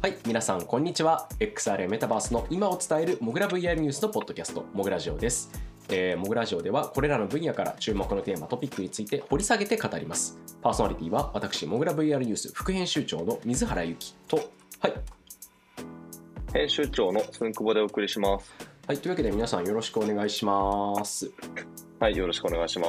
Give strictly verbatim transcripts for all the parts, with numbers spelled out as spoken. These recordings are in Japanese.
はい、皆さんこんにちは。 エックスアール やメタバースの今を伝えるモグラ ブイアール ニュースのポッドキャストモグラジオです。えー、モグラジオではこれらの分野から注目のテーマトピックについて掘り下げて語ります。パーソナリティは私モグラ ブイアール ニュース副編集長の水原由紀と、はい、 編集長の寸久保でお送りします。 はい、というわけで皆さんよろしくお願いします。 はい、よろしくお願いします。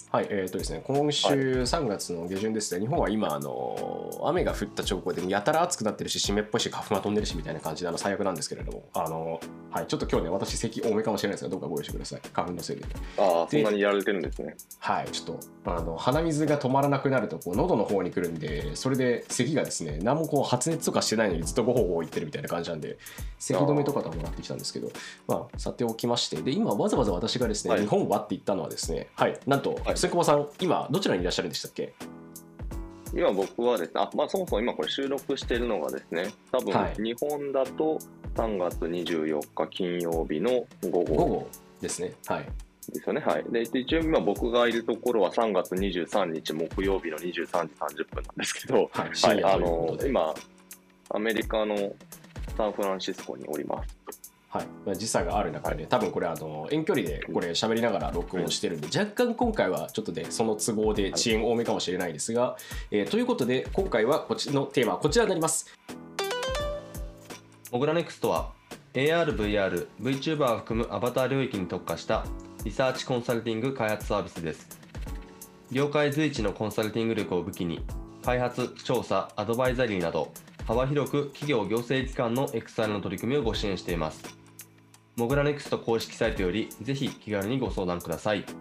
はい、えーとですね、今週さんがつの下旬ですね、日本は今あの雨が降った直後でやたら暑くなってるし、湿っぽいし、花粉が飛んでるしみたいな感じであの最悪なんですけれども、あの、はい、ちょっと今日ね、私咳多めかもしれないですが、どうかご容赦ください。花粉のせいで。 ああ、そんなにやられてるんですね。 はい、ちょっとあの鼻水が止まらなくなるとこう喉の方に来るんで、それで咳がですね、何もこう発熱とかしてないのにずっとごほごほ言ってるみたいな感じなんで、咳止めとかともらってきたんですけど、まあ、さておきまして、で今わざわざ私がですね、はい、日本はって言ったのはですね、はい、なんと、はい、久保さん、今どちらにいらっしゃるんでしたっけ？ 今僕はですね、あ、まあそもそも今これ収録しているのがですね、多分日本だとさんがつにじゅうよっか金曜日の午後。 午後ですね。はい。 ですよね。はい。で、一応今僕がいるところはさんがつにじゅうさんにち木曜日のにじゅうさんじさんじゅっぷんなんですけど、 はい。深夜ということで、 はい、あの、今、アメリカのサンフランシスコにおります。 はい、時差がある中で、多分これあの遠距離でこれ喋りながら録音してるんで、若干今回はちょっとねその都合で遅延多めかもしれないですが、えー、ということで今回はこっちのテーマはこちらになります。 モグラネクストは エーアール、ブイアール、VTuber を含むアバター領域に特化したリサーチコンサルティング開発サービスです。業界随一のコンサルティング力を武器に、開発、調査、アドバイザリーなど幅広く企業行政機関の エックスアール の取り組みをご支援しています。モグラネクスト公式サイトよりぜひ気軽にご相談ください。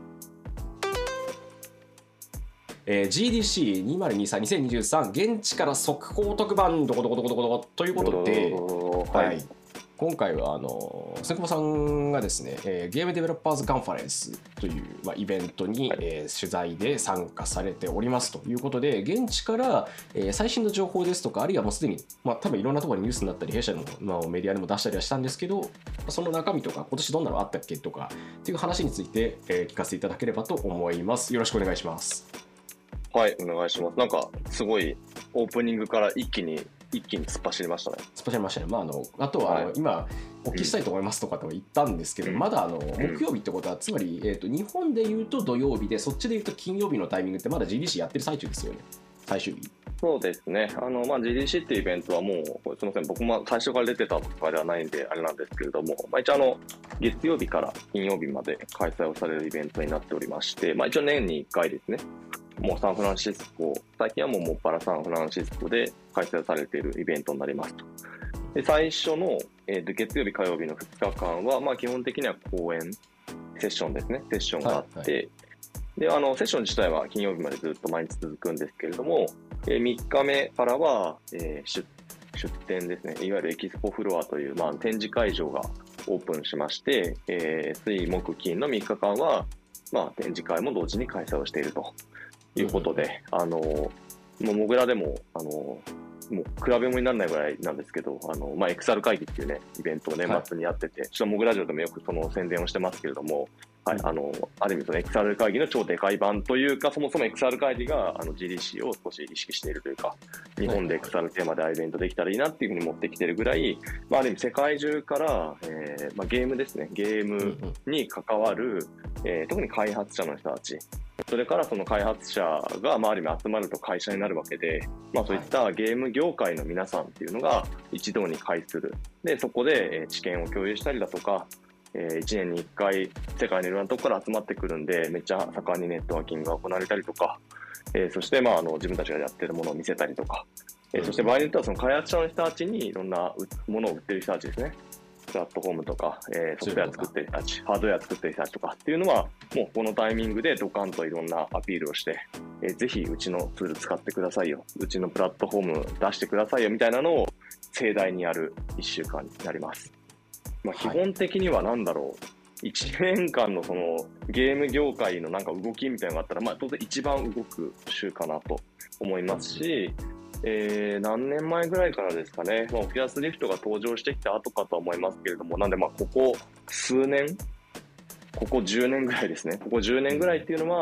えー、ジーディーシーにせんにじゅうさん にせんにじゅうさん 現地から速報特番どこどこどこどこどこということで、はい、はい、今回はあの久保さんがですね、えー、ゲームデベロッパーズカンファレンスという、まあ、イベントに、はい、えー、取材で参加されておりますということで、現地から、えー、最新の情報ですとか、あるいはもうすでに、まあ、多分いろんなところにニュースになったり弊社の、まあ、メディアでも出したりはしたんですけど、その中身とか今年どんなのあったっけとかっていう話について、えー、聞かせていただければと思います。よろしくお願いします。 はい、お願いします。なんかすごいオープニングから一気に一気に突っ走りましたね。 突っ走りましたね。まあ、あのあとは、はい、今お聞きしたいと思いますとかと言ったんですけど、うん、まだあの木曜日ってことは、つまり、えーと、日本でいうと土曜日で、そっちでいうと金曜日のタイミングってまだ ジーディーシー やってる最中ですよね。最終日。 そうですね。あの、まあ、ジーディーシー っていうイベントはもう、すみません、僕も最初から出てたとかではないんであれなんですけれども、まあ、一応あの月曜日から金曜日まで開催をされるイベントになっておりまして、まあ、一応年にいっかいですね。もうサンフランシスコ、最近はもうもっぱらサンフランシスコで開催されているイベントになりますと。で、最初の、えー、月曜日、火曜日のふつかかんは、まあ、基本的には講演、セッションですね。セッションがあって、はいはい、で、あの、セッション自体は金曜日までずっと毎日続くんですけれども、えー、みっかめからは、えー、出、出展ですね。いわゆるエキスポフロアという、まあ、展示会場がオープンしまして、えー、水、木、金のみっかかんは、まあ、展示会も同時に開催をしているということで、うん、あの、もう、モグラでも、あの、もう比べ物にならないぐらいなんですけど、あの、まあ、エックスアール 会議っていうね、イベントを年末にやってて、はい、ちょっとモグラジオでもよくその宣伝をしてますけれども、はい、あの、ある意味その エックスアール 会議の超でかい版というか、そもそも エックスアール 会議があの ジーディーシー を少し意識しているというか、日本で エックスアール テーマでイベントできたらいいなっていうふうに持ってきてるぐらい、まあ、ある意味世界中から、えーまあ、ゲームですね、ゲームに関わる、えー、特に開発者の人たち、それからその開発者が、まあ、ある意味集まると会社になるわけで、まあ、そういったゲーム業界の皆さんっていうのが一堂に会する。で、そこで知見を共有したりだとか、いちねんにいっかい世界のいろんなところから集まってくるんで、めっちゃ盛んにネットワーキングが行われたりとか、えー、そして、まあ、あの自分たちがやってるものを見せたりとか、えー、そして場合によってはその開発者の人たちにいろんなものを売ってる人たちですね。プラットフォームとか、えー、ソフトウェア作ってる人たち、ハードウェア作ってる人たちとかっていうのは、もうこのタイミングでドカンといろんなアピールをして、えー、ぜひうちのツール使ってくださいよ、うちのプラットフォーム出してくださいよみたいなのを盛大にやるいっしゅうかんになります。まあ、基本的には何だろう、はい、いちねんかんのそのゲーム業界のなんか動きみたいなのがあったら、まあ当然一番動く週かなと思いますし、えー、何年前ぐらいからですかね、まあ、オキュラスリフトが登場してきた後かとは思いますけれども、なんでまあここ数年、ここじゅうねんぐらいですね、ここじゅうねんぐらいっていうのは、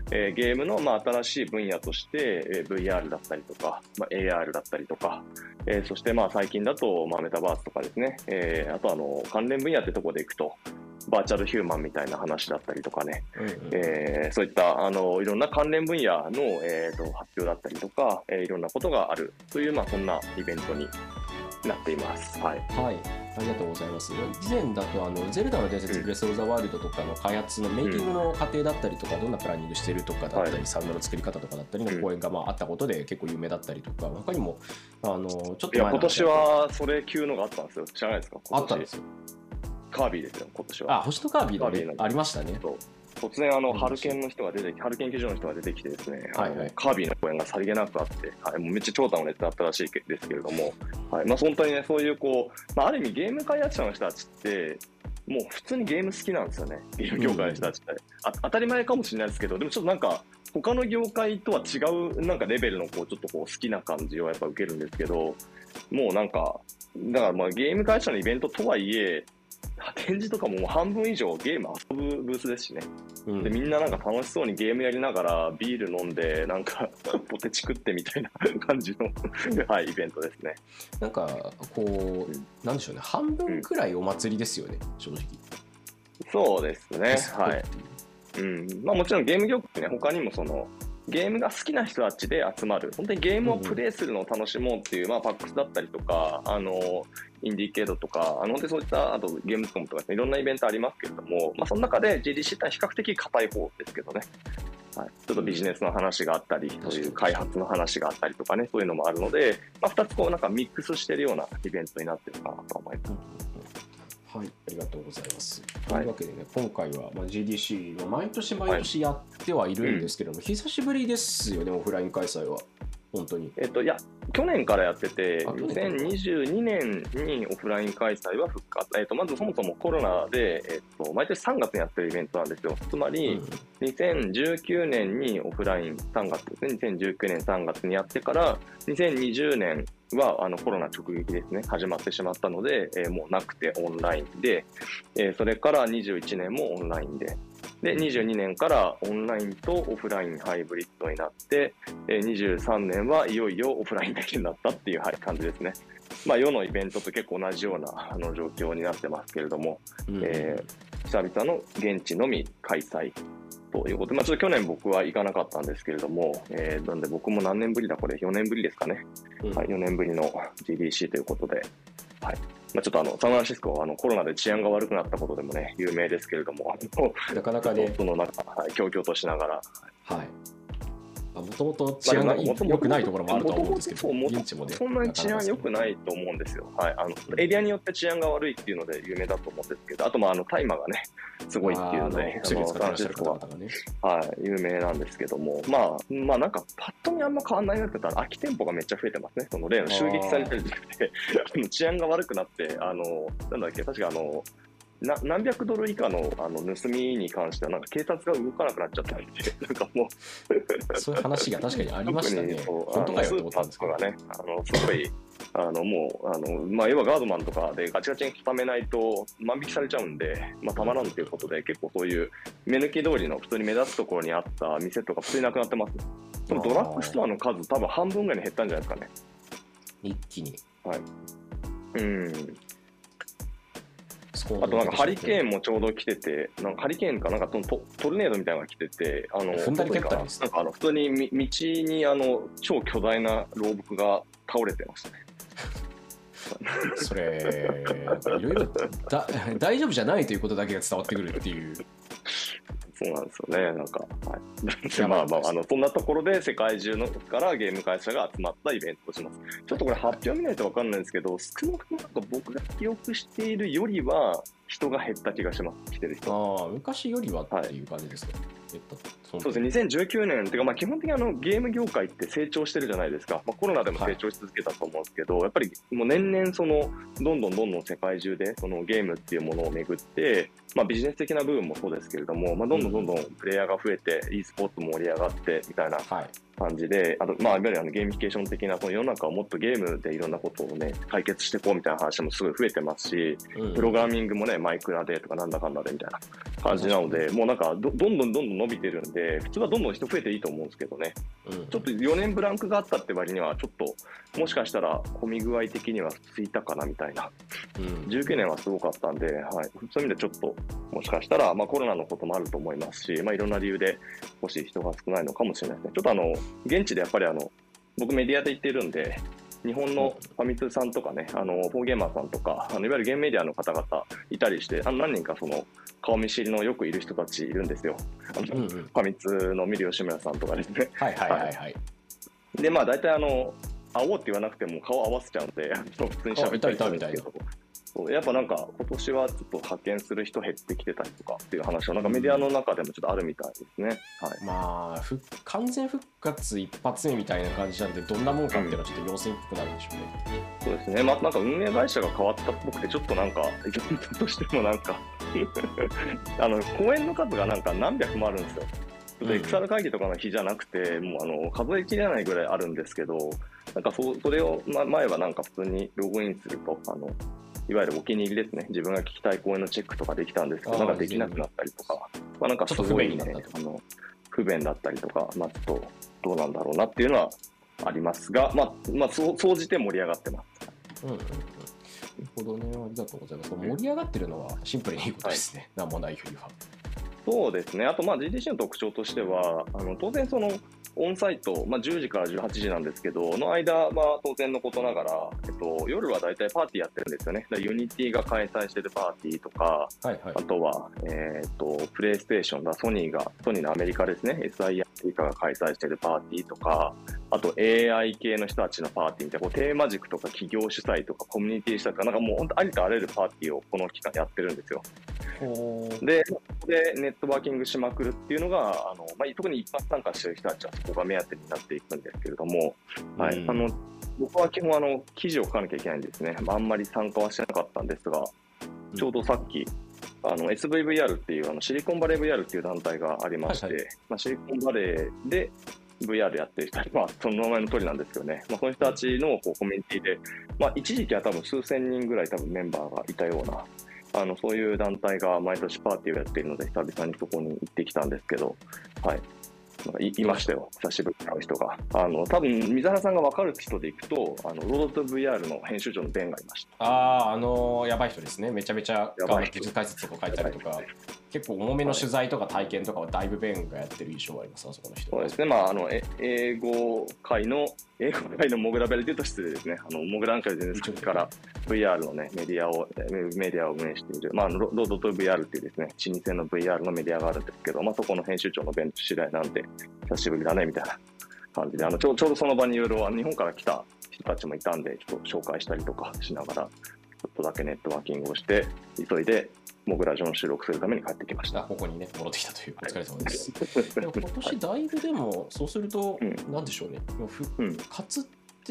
えー、ゲームのまあ新しい分野として、えー、ブイアール だったりとか、まあ、エーアール だったりとか、えー、そしてまあ最近だとまあメタバースとかですね、えー、あとあの関連分野ってところでいくと、バーチャルヒューマンみたいな話だったりとかね、うんうん、えー、そういったあのいろんな関連分野の、えー、と発表だったりとか、えー、いろんなことがあるという、まあ、そんなイベントになっています。はい、 はい、ありがとうございます。以前だとあのゼルダの伝説、ブレスオブザワールドとかの開発のメイキングの過程だったりとか、うん、どんなプランニングしてるとかだったり、はい、サウンドの作り方とかだったりの講演がまああったことで結構有名だったりとか、他にもあのちょっと前いや今年はそれ級のがあったんですよ。知らないですか？ あったんですよ。 カービィですよ、今年は。 あ、星とカービィの、ね、ありましたね。 突然あの、ハルケンの人が出てき、ハルケン研究所の人が出てきてですね、はいはい、カービィの公演がさりげなくあって、はい、もうめっちゃ長短の熱だったらしいですけれども、はい、まあ本当にね、そういうこう、まあ、ある意味ゲーム開発者の人たちって、もう普通にゲーム好きなんですよね、ゲーム業界の人たちって。うん、あ当たり前かもしれないですけど、でもちょっとなんか、他の業界とは違うなんかレベルのこうちょっとこう好きな感じをやっぱ受けるんですけど、もうなんか、だからまあゲーム開発者のイベントとはいえ、展示とかももう半分以上ゲーム遊ぶブースですしね、うん、でみんななんか楽しそうにゲームやりながらビール飲んでなんかポテチ食ってみたいな感じのはい、イベントですね。 なんかこう、うん、なんでしょうね、半分くらいお祭りですよね、うん、正直。 そうですね、はい、うんまあ、もちろんゲーム業界ね、他にもそのゲームが好きな人たちで集まる、本当にゲームをプレイするのを楽しもうっていう、まあ、パックスだったりとか、あのインディーケードとか、あの本当にそういったあとゲームコムとか、ね、いろんなイベントありますけれども、まあ、その中で ジーディーシー って比較的硬い方ですけどね、はい、ちょっとビジネスの話があったり、そういう開発の話があったりとかね、そういうのもあるので、まあ、ふたつこうなんかミックスしているようなイベントになっているかなと思います。 はい、ありがとうございます。というわけでね、今回はまあ ジーディーシー は毎年毎年やってはいるんですけども、はい、うん、久しぶりですよね、オフライン開催は。本当に。 えっと、いや、去年からやってて、にせんにじゅうにねんにオフライン開催は復活。えっと、まずそもそもコロナで、えっと、毎年さんがつにやってるイベントなんですよ。つまり、うん、にせんじゅうきゅうねんにオフラインさんがつですね、にせんじゅうきゅうねんさんがつにやってから、にせんにじゅうねんはあのコロナ直撃ですね、始まってしまったので、えー、もうなくてオンラインで、えー、それからにじゅういちねんもオンラインで、で、にじゅうにねんからオンラインとオフラインハイブリッドになって、えー、にじゅうさんねんはいよいよオフラインだけになったっていう、はい、感じですね。まあ、世のイベントと結構同じようなあの状況になってますけれども、うん、えー、久々の現地のみ開催ということで、まあ、ちょっと去年僕は行かなかったんですけれども、えー、なんで僕も何年ぶりだ、これよねんぶりですかね、うん、はい、よねんぶりの ジーディーシー ということで、はい、まあ、ちょっとあのサンフランシスコはあのコロナで治安が悪くなったことでもね有名ですけれども、 なかなかね、 その中、はい、強々としながら、 はい、もともと治安が良くないところもあると思うんですけど、 現地もね、そんなに治安良くないと思うんですよ。はい、あのエリアによって治安が悪いっていうので有名だと思うんですけど、あとまああの大麻がねすごいっていうので、 サンフランシスコは、 はい、有名なんですけども、まあまあなんかパッと見あんま変わんないなって言ったら空き店舗がめっちゃ増えてますね。その例の襲撃されてるんじゃなくてあの治安が悪くなって、あのなんだっけ、確かあのな何百ドル以下のあの盗みに関してはなんか警察が動かなくなっちゃったんで、なんかもうそういう話が確かにありましたね。 本当かよと思ったんですけどね、あのすごいあのもうあの、まあ、要はガードマンとかでガチガチに固めないと万引きされちゃうんで、まあ、たまらんということで、結構そういう目抜き通りの普通に目立つところにあった店とか普通になくなってます。でもドラッグストアの数多分半分ぐらいに減ったんじゃないですかね、 一気に。 はい、うん、あとなんかハリケーンもちょうど来てて、なんかハリケーンかなんかト, トルネードみたいなのが来てて、あの踏んだり蹴ったりですね。 なんかあの普通に道にあの超巨大な老木が倒れてましたね。 それなんかいろいろ大丈夫じゃないということだけが伝わってくるっていう。 そうなんですよね、なんか、はい、まあまあ、あのそんなところで世界中のからゲーム会社が集まったイベントをします。ちょっとこれ発表見ないと分かんないんですけど、少なくともなんか僕が記憶しているよりは人が減った気がします、来てる人。 ああ、昔よりはっていう感じですか、はい、減った。 そうですね、にせんじゅうきゅうねんっていうか、まあ、基本的にあのゲーム業界って成長してるじゃないですか、まあ、コロナでも成長し続けたと思うんですけど、はい、やっぱりもう年々そのどんどんどんどん世界中でそのゲームっていうものをめぐって、まあ、ビジネス的な部分もそうですけれども、まあ、どんどんどんどんプレイヤーが増えて、うん、e スポーツも盛り上がってみたいな、はい、 感じで、あと、まあ、いわゆるあのゲーミフィケーション的な、この世の中をもっとゲームでいろんなことをね、解決していこうみたいな話もすごい増えてますし、うん、プログラミングもね、マイクラでとかなんだかんだでみたいな感じなので、もうなんかど、どんどんどんどん伸びてるんで、普通はどんどん人増えていいと思うんですけどね、うん、ちょっとよねんブランクがあったって割には、ちょっと、もしかしたら、混み具合的にはついたかなみたいな、うん、じゅうきゅうねんはすごかったんで、はい、そういう意味でちょっと、もしかしたら、まあ、コロナのこともあると思いますし、まあ、いろんな理由で少し人が少ないのかもしれないですね。ちょっとあの現地でやっぱりあの僕メディアで言っているんで、日本のファミ通さんとかね、あのフォーゲーマーさんとか、あのいわゆるゲームメディアの方々いたりして、あの何人かその顔見知りのよくいる人たちいるんですよ。あの、うんうん、ファミ通のミリ吉村さんとかですね。 はいはいはいはい。 でまあ大体あの会おうって言わなくても顔合わせちゃうんで、普通に喋ったりするんですけど。そうやっぱなんか今年はちょっと派遣する人減ってきてたりとかっていう話はなんかメディアの中でもちょっとあるみたいですね。はい、 まあふ完全復活一発目みたいな感じなんでどんなもんかっていうのはちょっと様子にくくなるんでしょうね。 うん、そうですね。まあなんか運営会社が変わったっぽくてちょっとなんかイベントとしてもなんかあの公演の数がなんか何百もあるんですよ。エクセル 会議とかの日じゃなくて、もうあの数えきれないぐらいあるんですけど、なんか そ, それを、ま、前はなんか普通にログインするとあのいわゆるお気に入りですね、自分が聞きたい講演のチェックとかできたんですけど、なんかできなくなったりとか、まあ、なんかすごい、ね、あの不便だったりとか、まあ、ちょっとどうなんだろうなっていうのはありますが、まあまあ、総じて盛り上がってます。 うんうんうん、なるほどね、ありがとうございます。盛り上がってるのはシンプルにいいことですね、はい、なんもないよりは。 そうですね、あとまあ ジーディーシー の特徴としては、あの当然そのオンサイト、まあ、じゅうじからじゅうはちじなんですけど、の間は当然のことながら、えっと、夜は大体パーティーやってるんですよね。ユニティが開催してるパーティーとか、はいはい、あとは、えー、っと、プレイステーションだ、ソニーが、ソニーのアメリカですね、エスアイアメリカが開催してるパーティーとか、あと エーアイ 系の人たちのパーティーみたいな、こうテーマ軸とか企業主催とかコミュニティ主催とか、なんかもう本当ありとあらゆるパーティーをこの期間やってるんですよ。で、でネットワーキングしまくるっていうのが、あのまあ、特に一発参加してる人たちはそこが目当てになっていくんですけれども、うん、はい、あの僕は基本あの記事を書かなきゃいけないんですね。あんまり参加はしてなかったんですが、ちょうどさっき、あの エスブイブイアール っていうあのシリコンバレー ブイアール っていう団体がありまして、はいはい、まあ、シリコンバレーで ブイアール やってる人たち、まあ、その名前の通りなんですけどね、まあ、その人たちのこうコミュニティで、まあ、一時期は多分数千人ぐらい多分メンバーがいたような、あのそういう団体が毎年パーティーをやっているので、久々にそこに行ってきたんですけど、はい、なんか い, いましたよ、久しぶりに会う人が。あの多分水原さんが分かる人で行くと、あのロードトゥ ブイアール の編集長のベンがいました。 ああ、あのー、やばい人ですね。めちゃめちゃ技術解説とか書いたりとか、結構重めの取材とか体験とかはだいぶベンがやってる印象があります、あそこの人。 そうですね、まあ、あのえ英語界の英語界のモグラベルというと失礼ですね。あのモグラン界で全然先から ブイアール の、ね、メディアをメディアを運営している、まあ、ロードトゥ ブイアール っていうですね、老舗の ブイアール のメディアがあるんですけど、まあ、そこの編集長のベンと知り合いなんで、久しぶりだねみたいな感じで、あのちょちょうどその場にいろいろ日本から来た人たちもいたんで、ちょっと紹介したりとかしながら、ちょっとだけネットワーキングをして、急いでモグラジオの収録するために帰ってきました。 ここにね、戻ってきたという、お疲れ様です。でも今年だいぶでも、そうすると、うん、なんでしょうね、復活って、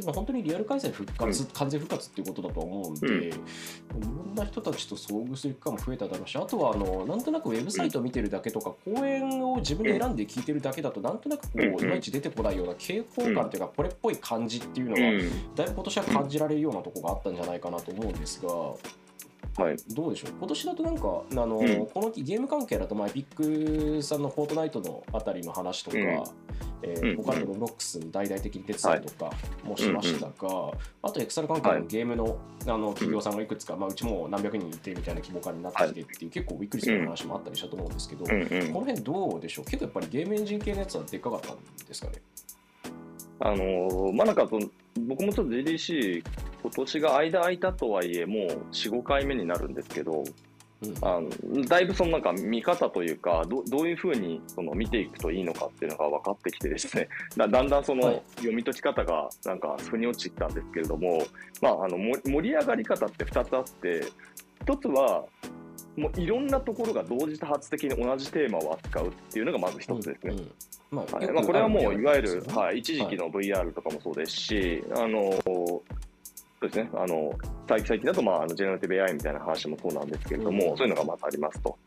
まあ、本当にリアル開催復活、うん、完全復活っていうことだと思うんで、うん、いろんな人たちと遭遇する機会も増えただろうし、あとはあのなんとなくウェブサイトを見てるだけとか、講演を自分で選んで聞いてるだけだと、なんとなくこういまいち出てこないような傾向感というか、これっぽい感じっていうのが、だいぶ今年は感じられるようなところがあったんじゃないかなと思うんですが。はい、どうでしょう、今年だとなんかあの、うん、このゲーム関係だと、まあ、エピックさんのフォートナイトのあたりの話とか、うん、えー、他のロブロックスに大々的に手伝いとかもしましたが、はい、あとエクセル関係のゲーム の,、はい、あの企業さんがいくつか、まあ、うちも何百人いてみたいな規模感になってきてっていう、はい、結構びっくりする話もあったりしたと思うんですけど、うん、この辺どうでしょう、結構やっぱりゲームエンジン系のやつはでっかかったんですかね。 あのー、まあなんかその僕もちょっと ジーディーシー 今年が間空いたとはいえもう よん、ごかいめになるんですけど、うん、あのだいぶそのなんか見方というか ど, どういうふうにその見ていくといいのかっていうのが分かってきてですね、だ, だんだんその読み解き方がなんか腑に落ちてきたんですけれども、まあ、あの盛り上がり方ってふたつあって、ひとつはもういろんなところが同時多発的に同じテーマを扱うっていうのがまず一つですね。うんうん、まあはいまあ、これはもういわゆる、はい、一時期の ブイアール とかもそうですし、はい、あのそうですね、あの最近だと、まあ、あのジェネラティブ エーアイ みたいな話もそうなんですけれども、うん、そういうのがまたありますと。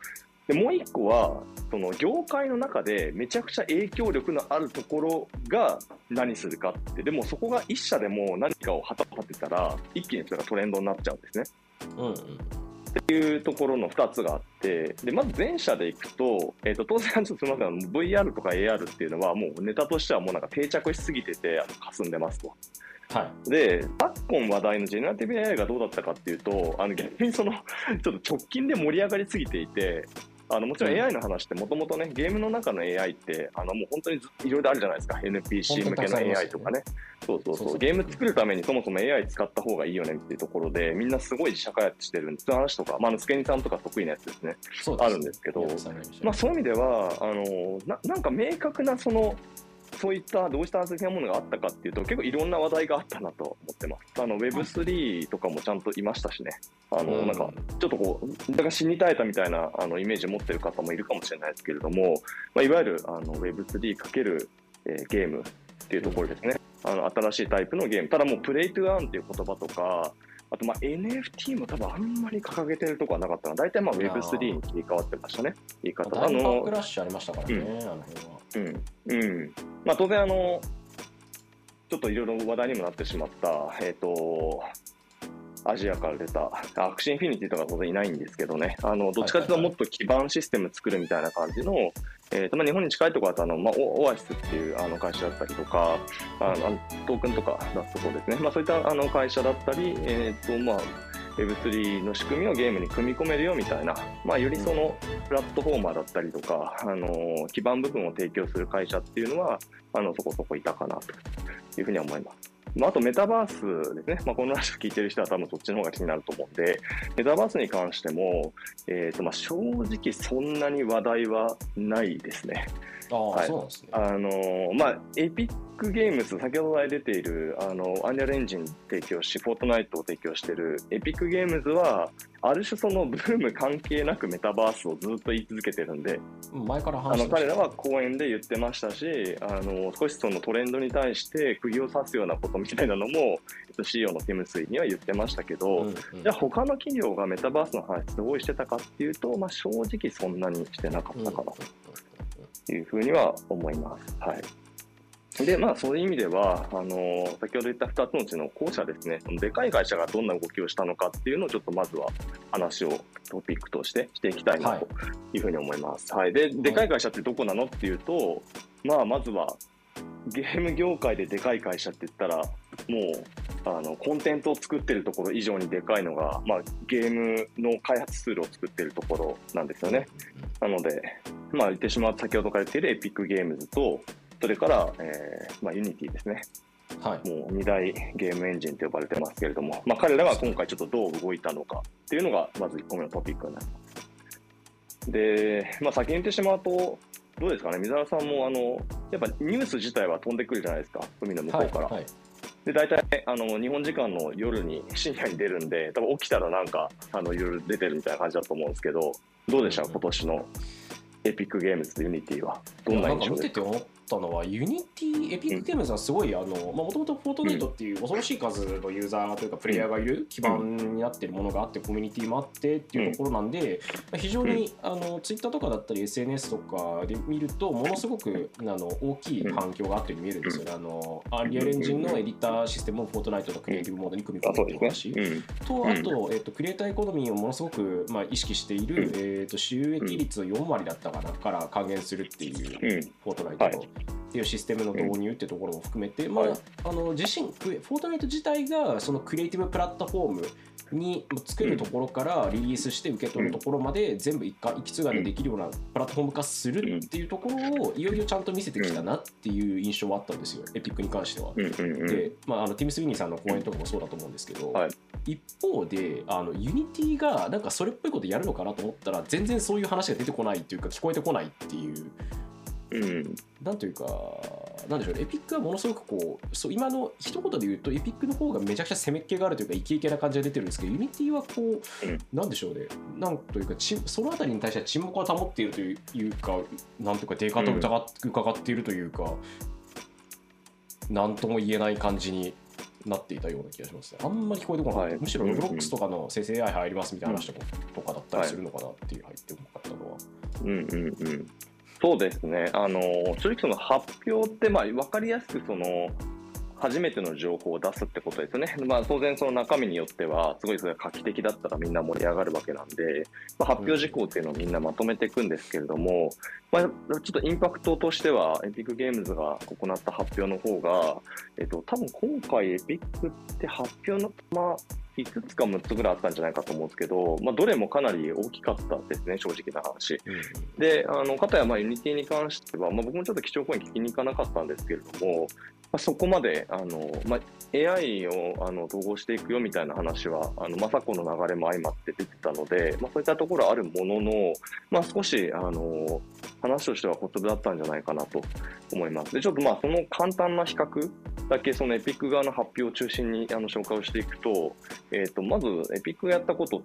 でもう一個はその業界の中でめちゃくちゃ影響力のあるところが何するかって、でもそこが一社でも何かを旗を立てたら一気にそれがトレンドになっちゃうんですね。 うんうん、 っていうところのふたつがあって、でまず前者でいくと、えー、と当然ちょっとすみません、 ブイアール とか エーアール っていうのはもうネタとしてはもうなんか定着しすぎててあの霞んでますと。 はい、 で昨今話題のジェネラティブ エーアイ がどうだったかっていうと、あの逆にそのちょっと直近で盛り上がりすぎていて、あのもちろん エーアイ の話ってもともとね、ゲームの中の エーアイ ってあのもう本当にいろいろあるじゃないですか。 エヌピーシー 向けの エーアイ とかね。そうそうそう、ゲーム作るためにそもそも エーアイ 使った方がいいよねっていうところでみんなすごい自社開発してるんです。そういう話とか、まあ、スケニさんとか得意なやつですね、 そうですあるんですけど、まあ、そういう意味ではあの な, なんか明確なそのそういったどうした的なものがあったかっていうと、結構いろんな話題があったなと思ってます。あの ウェブスリー とかもちゃんといましたしね。あの、うん、なんかちょっとこうだから死に絶えたみたいなあのイメージを持ってる方もいるかもしれないですけれども、まあ、いわゆるあの ウェブスリー かける、えー、ゲームっていうところですね。あの新しいタイプのゲーム。ただもうプレイトゥーアーンっていう言葉とか、あとまあ エヌエフティー も多分あんまり掲げてるとこはなかったな。大体まあ ウェブスリー に切り替わってましたね。言い方。 あのバックラッシュありましたからね、うん、あの辺は。 うんうん。まあ当然あのちょっといろいろ話題にもなってしまったえっとアジアから出たアクシーインフィニティとか当然いないんですけどね。あのどっちかというともっと基盤システム作るみたいな感じの、えーとまあ、日本に近いところだとあの、まあ、オアシスっていうあの会社だったりとか、あのトークンとか出すところですね。まあそういったあの会社だったり、えーとまあウェブスリー の仕組みをゲームに組み込めるよみたいな、まあ、よりそのプラットフォーマーだったりとか、あの基盤部分を提供する会社っていうのはあのそこそこいたかなというふうには思います。まあ、あとメタバースですね。まあ、この話を聞いてる人は多分そっちの方が気になると思うんで、メタバースに関しても、えーとまあ、正直そんなに話題はないですね。 あ、はい、そうなんですね。 あのまあ、エピックゲームズ、先ほど出ているあのアンリアルエンジン提供し、フォートナイトを提供しているエピックゲームズは、ある種そのブーム関係なくメタバースをずっと言い続けてるんで、 前から話してました。あの彼らは講演で言ってましたし、あの少しそのトレンドに対して釘を刺すようなことみたいなのも、えっと、シーイーオー のティム・スイには言ってましたけど、うんうん、じゃあ他の企業がメタバースの話同意してたかっていうと、まあ、正直そんなにしてなかったかなというふうには思います。はい。でまあ、そういう意味ではあの先ほど言ったふたつのうちの後者ですね、でかい会社がどんな動きをしたのかっていうのをちょっとまずは話をトピックとしてしていきたいなというふうに思います。はい、で, でかい会社ってどこなのっていうと、まあ、まずはゲーム業界ででかい会社って言ったらもうあのコンテンツを作ってるところ以上にでかいのが、まあ、ゲームの開発ツールを作ってるところなんですよね。なので、まあ、言ってしまう先ほどから言っているエピックゲームズとそれから、えーまあ、ユニティですね、はい、もうに大ゲームエンジンと呼ばれてますけれども、まあ、彼らが今回ちょっとどう動いたのかっていうのがまずいっこめのトピックになります。で、まあ、先に言ってしまうとどうですかね、水原さんもあのやっぱニュース自体は飛んでくるじゃないですか、海の向こうから、はいはい、で大体あの日本時間の夜に深夜に出るんで、多分起きたらなんかあのいろいろ出てるみたいな感じだと思うんですけど、どうでした、うん、今年のエピックゲームズとユニティはどんな印象ですか？なんか見てて思ったのは、ユニティエピックゲームズはすごい、うん、あのもともとフォートナイトっていう恐ろしい数のユーザーというかプレイヤーがいる基盤になっているものがあって、コミュニティもあってっていうところなんで、うん、非常にあのツイッターとかだったり エスエヌエス とかで見るとものすごくあの大きい反響があってるように見えるんですよね。あのアンリアルエンジンのエディターシステムをフォートナイトのクリエイティブモードに組み込むっていう話、うん、とあと、えっと、クリエイターエコノミーをものすごく、まあ、意識している、えっと、収益率のよん割だったかなから還元するっていうフォートナイトの、はい、っていうシステムの導入っていうところも含めて、まあ、あの自身フォートナイト自体がそのクリエイティブプラットフォームに作るところからリリースして受け取るところまで全部一回一通ができるようなプラットフォーム化するっていうところをいよいよちゃんと見せてきたなっていう印象はあったんですよ、エピックに関しては。で、まあ、あのティム・スウィニーさんの講演とかもそうだと思うんですけど、はい、一方であのユニティがなんかそれっぽいことやるのかなと思ったら全然そういう話が出てこないっていうか聞こえてこないっていう。うん、なんというか、なんでしょう、エピックはものすごくこう、そう今の一言で言うとエピックの方がめちゃくちゃ攻めっ気があるというかイケイケな感じが出てるんですけど、ユニティはこう、うん、なんでしょうね、なんというかちそのあたりに対しては沈黙を保っているというか、なんというかデカと疑っているというか、うん、なんとも言えない感じになっていたような気がしますね。あんまり聞こえてこない、はい、むしろロブロックスとかの生成 エーアイ 入りますみたいな話とかだっったりするのかなっていう、はい、って思ったのは。 うんうんうん。そうですね。あの、正直その発表って、まあ、わかりやすくその、初めての情報を出すってことですよね。まあ、当然その中身によっては、すごいそれが画期的だったらみんな盛り上がるわけなんで、まあ、発表事項っていうのをみんなまとめていくんですけれども、まあ、ちょっとインパクトとしては、エピックゲームズが行った発表の方が、えっと、多分今回エピックって発表の、まあ、いくつかむっつぐらいあったんじゃないかと思うんですけど、まあ、どれもかなり大きかったですね、正直な話。うん、で、あの、かたや、まあ、ユニティに関しては、まあ、僕もちょっと基調講演聞きに行かなかったんですけれども、まあ、そこまで、あの、まあ、エーアイ をあの統合していくよみたいな話は、あの、まさこの流れも相まって出てたので、まあ、そういったところあるものの、まあ、少し、あの、話としては小粒だったんじゃないかなと思います。で、ちょっとまあ、その簡単な比較だけ、そのエピック側の発表を中心にあの紹介をしていくと、えっと、まず、エピックがやったことって、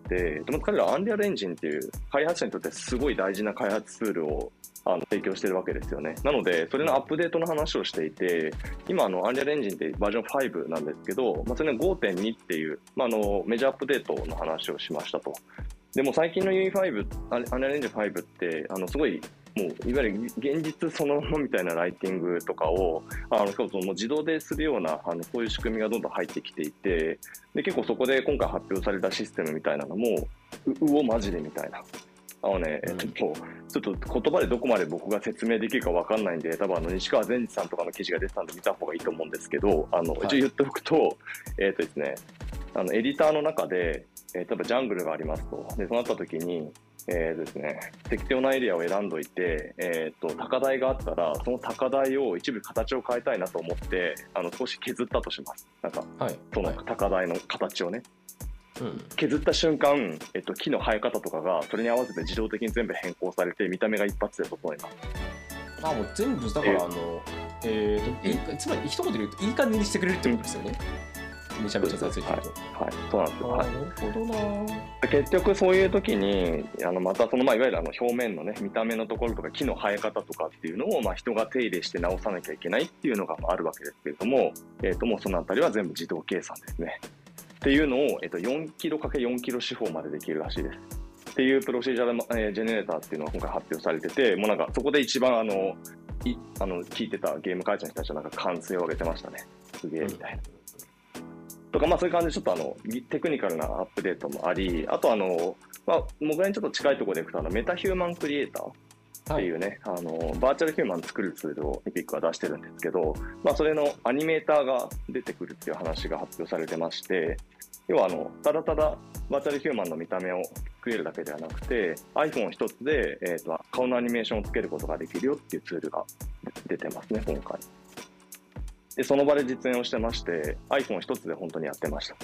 彼らはアンリアルエンジンっていう開発者にとってすごい大事な開発ツールをあの提供しているわけですよね。なので、それのアップデートの話をしていて、今、あの、アンリアルエンジンってバージョンファイブなんですけど、まあ、それの ごてんに っていう、まあ、あの、メジャーアップデートの話をしましたと。でも最近の ユーイーファイブ、アンリアルエンジンファイブって、あの、すごい、もういわゆる現実そのままみたいなライティングとかをあのそうそうもう自動でするようなあのそういう仕組みがどんどん入ってきていて、で結構そこで今回発表されたシステムみたいなのもううおマジでみたいな。あのね、うん、ちょっとちょっと言葉でどこまで僕が説明できるかわかんないんで、多分あの西川善治さんとかの記事が出てたんで見た方がいいと思うんですけど、あの、はい、一応言っておくと、えっとですね、あのエディターの中で、えー、例えばジャングルがありますと。で、そうなった時に、えーですね、適当なエリアを選んどいて、えーと、高台があったら、その高台を一部形を変えたいなと思って、あの少し削ったとします。なんか、はい、その高台の形をね。うん、削った瞬間、えっと、木の生え方とかがそれに合わせて自動的に全部変更されて見た目が一発で整います。 あ、もう全部だから、えー、あの、えーと、いいつまり一言で言うといい感じにしてくれるってことですよね。うん、めちゃめちゃ雑いてると。 はい、はい、そうなんですよ。 なるほどな。 結局そういう時にあのまたその、まあ、いわゆるあの表面のね見た目のところとか木の生え方とかっていうのを、まあ、人が手入れして直さなきゃいけないっていうのがあるわけですけれども、えーと、もうそのあたりは全部自動計算ですね。っていうのを、えっと、よんキロかけるよんキロ四方までできるらしいです。っていうプロシージャル、えー、ジェネレーターっていうのが今回発表されてて、もうなんかそこで一番あのいあの聞いてたゲーム開発者の人たちはなんか歓声を上げてましたね。すげえみたいな。うん、とかまあそういう感じでちょっとあのテクニカルなアップデートもあり、あとあの、まあ、僕らにちょっと近いところでいくとあのメタヒューマンクリエイター。っていうね、はい、あのバーチャルヒューマン作るツールをエピックは出してるんですけど、まあ、それのアニメーターが出てくるっていう話が発表されてまして、要はあのただただバーチャルヒューマンの見た目を作れるだけではなくて iPhone 一つで、えー、と顔のアニメーションをつけることができるよっていうツールが出てますね今回で。その場で実演をしてまして iPhone 一つで本当にやってました。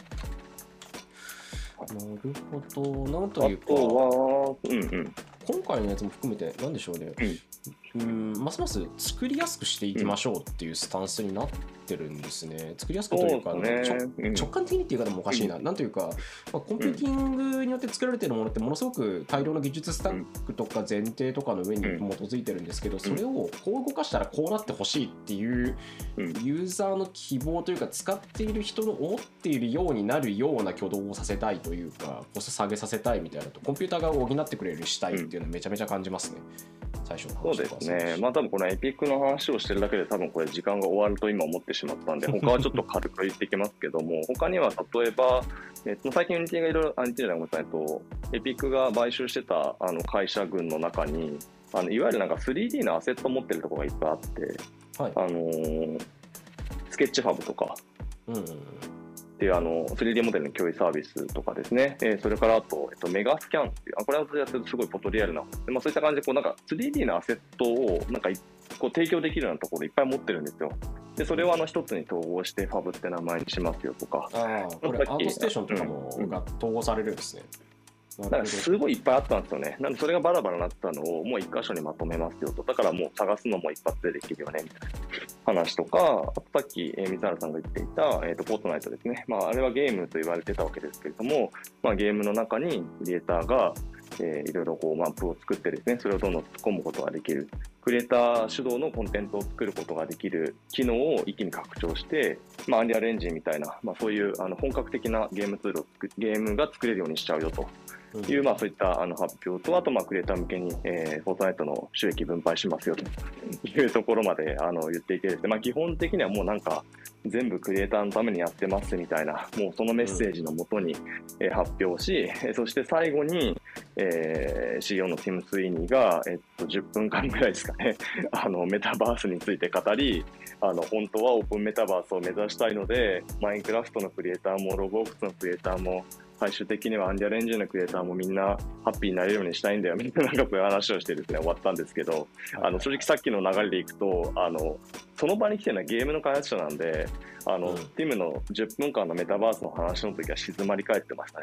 なるほど。なんというか、 あとは、うんうん、 今回のやつも含めて何でしょうね、うん、うんますます作りやすくしていきましょうっていうスタンスになってるんですね。作りやすくというか、ね、うん、直感的にっていう方もおかしいな、うん、なんというか、まあ、コンピューティングによって作られているものってものすごく大量の技術スタックとか前提とかの上に基づいてるんですけど、それをこう動かしたらこうなってほしいっていうユーザーの希望というか使っている人の思っているようになるような挙動をさせたいというかコスト下げさせたいみたいなとコンピューターが補ってくれるしたいっていうのをめちゃめちゃ感じますね。最初の話とか。 そうですね。まあ多分このエピックの話をしてるだけで多分これ時間が終わると今思ってしまったんで他はちょっと軽く言っていきますけども他には例えば、えっと、最近ユニティがいろいろアニティじゃなくてとエピックが買収してたあの会社群の中にあのいわゆるなんか スリーディー のアセットを持ってるところがいっぱいあって、はい、あのー、スケッチファブとか、うんうんっていうあの スリーディー モデルの共有サービスとかですね、えー、それからあと、えっと、メガスキャンっていう、あこれはやってるとすごいフォトリアルな、まあ、そういった感じでこうなんか スリーディー のアセットをなんかこう提供できるようなところいっぱい持ってるんですよ。でそれをあの一つに統合してファブって名前にしますよとか。 ああ、これアートステーションとかもが統合されるんですね。 だからすごいいっぱいあったんですよね。なのでそれがバラバラになったのをもう一箇所にまとめますよと。だからもう探すのも一発でできるよねみたいな話とか、あとさっき、えー、水原さんが言っていた、えーと、フォートナイトですね。まああれはゲームと言われてたわけですけれども、まあゲームの中にクリエイターが、えー、いろいろこうマップを作ってですね、それをどんどん突っ込むことができる。クリエイター主導のコンテンツを作ることができる機能を一気に拡張して、まあアンリアルエンジンみたいな、まあそういうあの本格的なゲームツールをゲームが作れるようにしちゃうよと。 いう、まあ、そういったあの発表と、あとまあクリエイター向けに、えー、フォートナイトの収益分配しますよというところまであの言っていてですね、まあ、基本的にはもうなんか全部クリエイターのためにやってますみたいな、もうそのメッセージのもとに、えー、発表し、そして最後に、えー、シーイーオー のティム・スイーニーが、えっと、じゅっぷんかんぐらいですかねあのメタバースについて語り、あの本当はオープンメタバースを目指したいので、マインクラフトのクリエイターもロボックスのクリエイターも最終的にはアンリアルエンジンのクリエイターもみんなハッピーになれるようにしたいんだよみたいな、なんかそういう話をしてですね終わったんですけど、あの正直さっきの流れでいくと、あのその場に来てるのはゲームの開発者なんで、あの、うん、ティムのじゅっぷんかんのメタバースの話の時は静まり返ってましたね。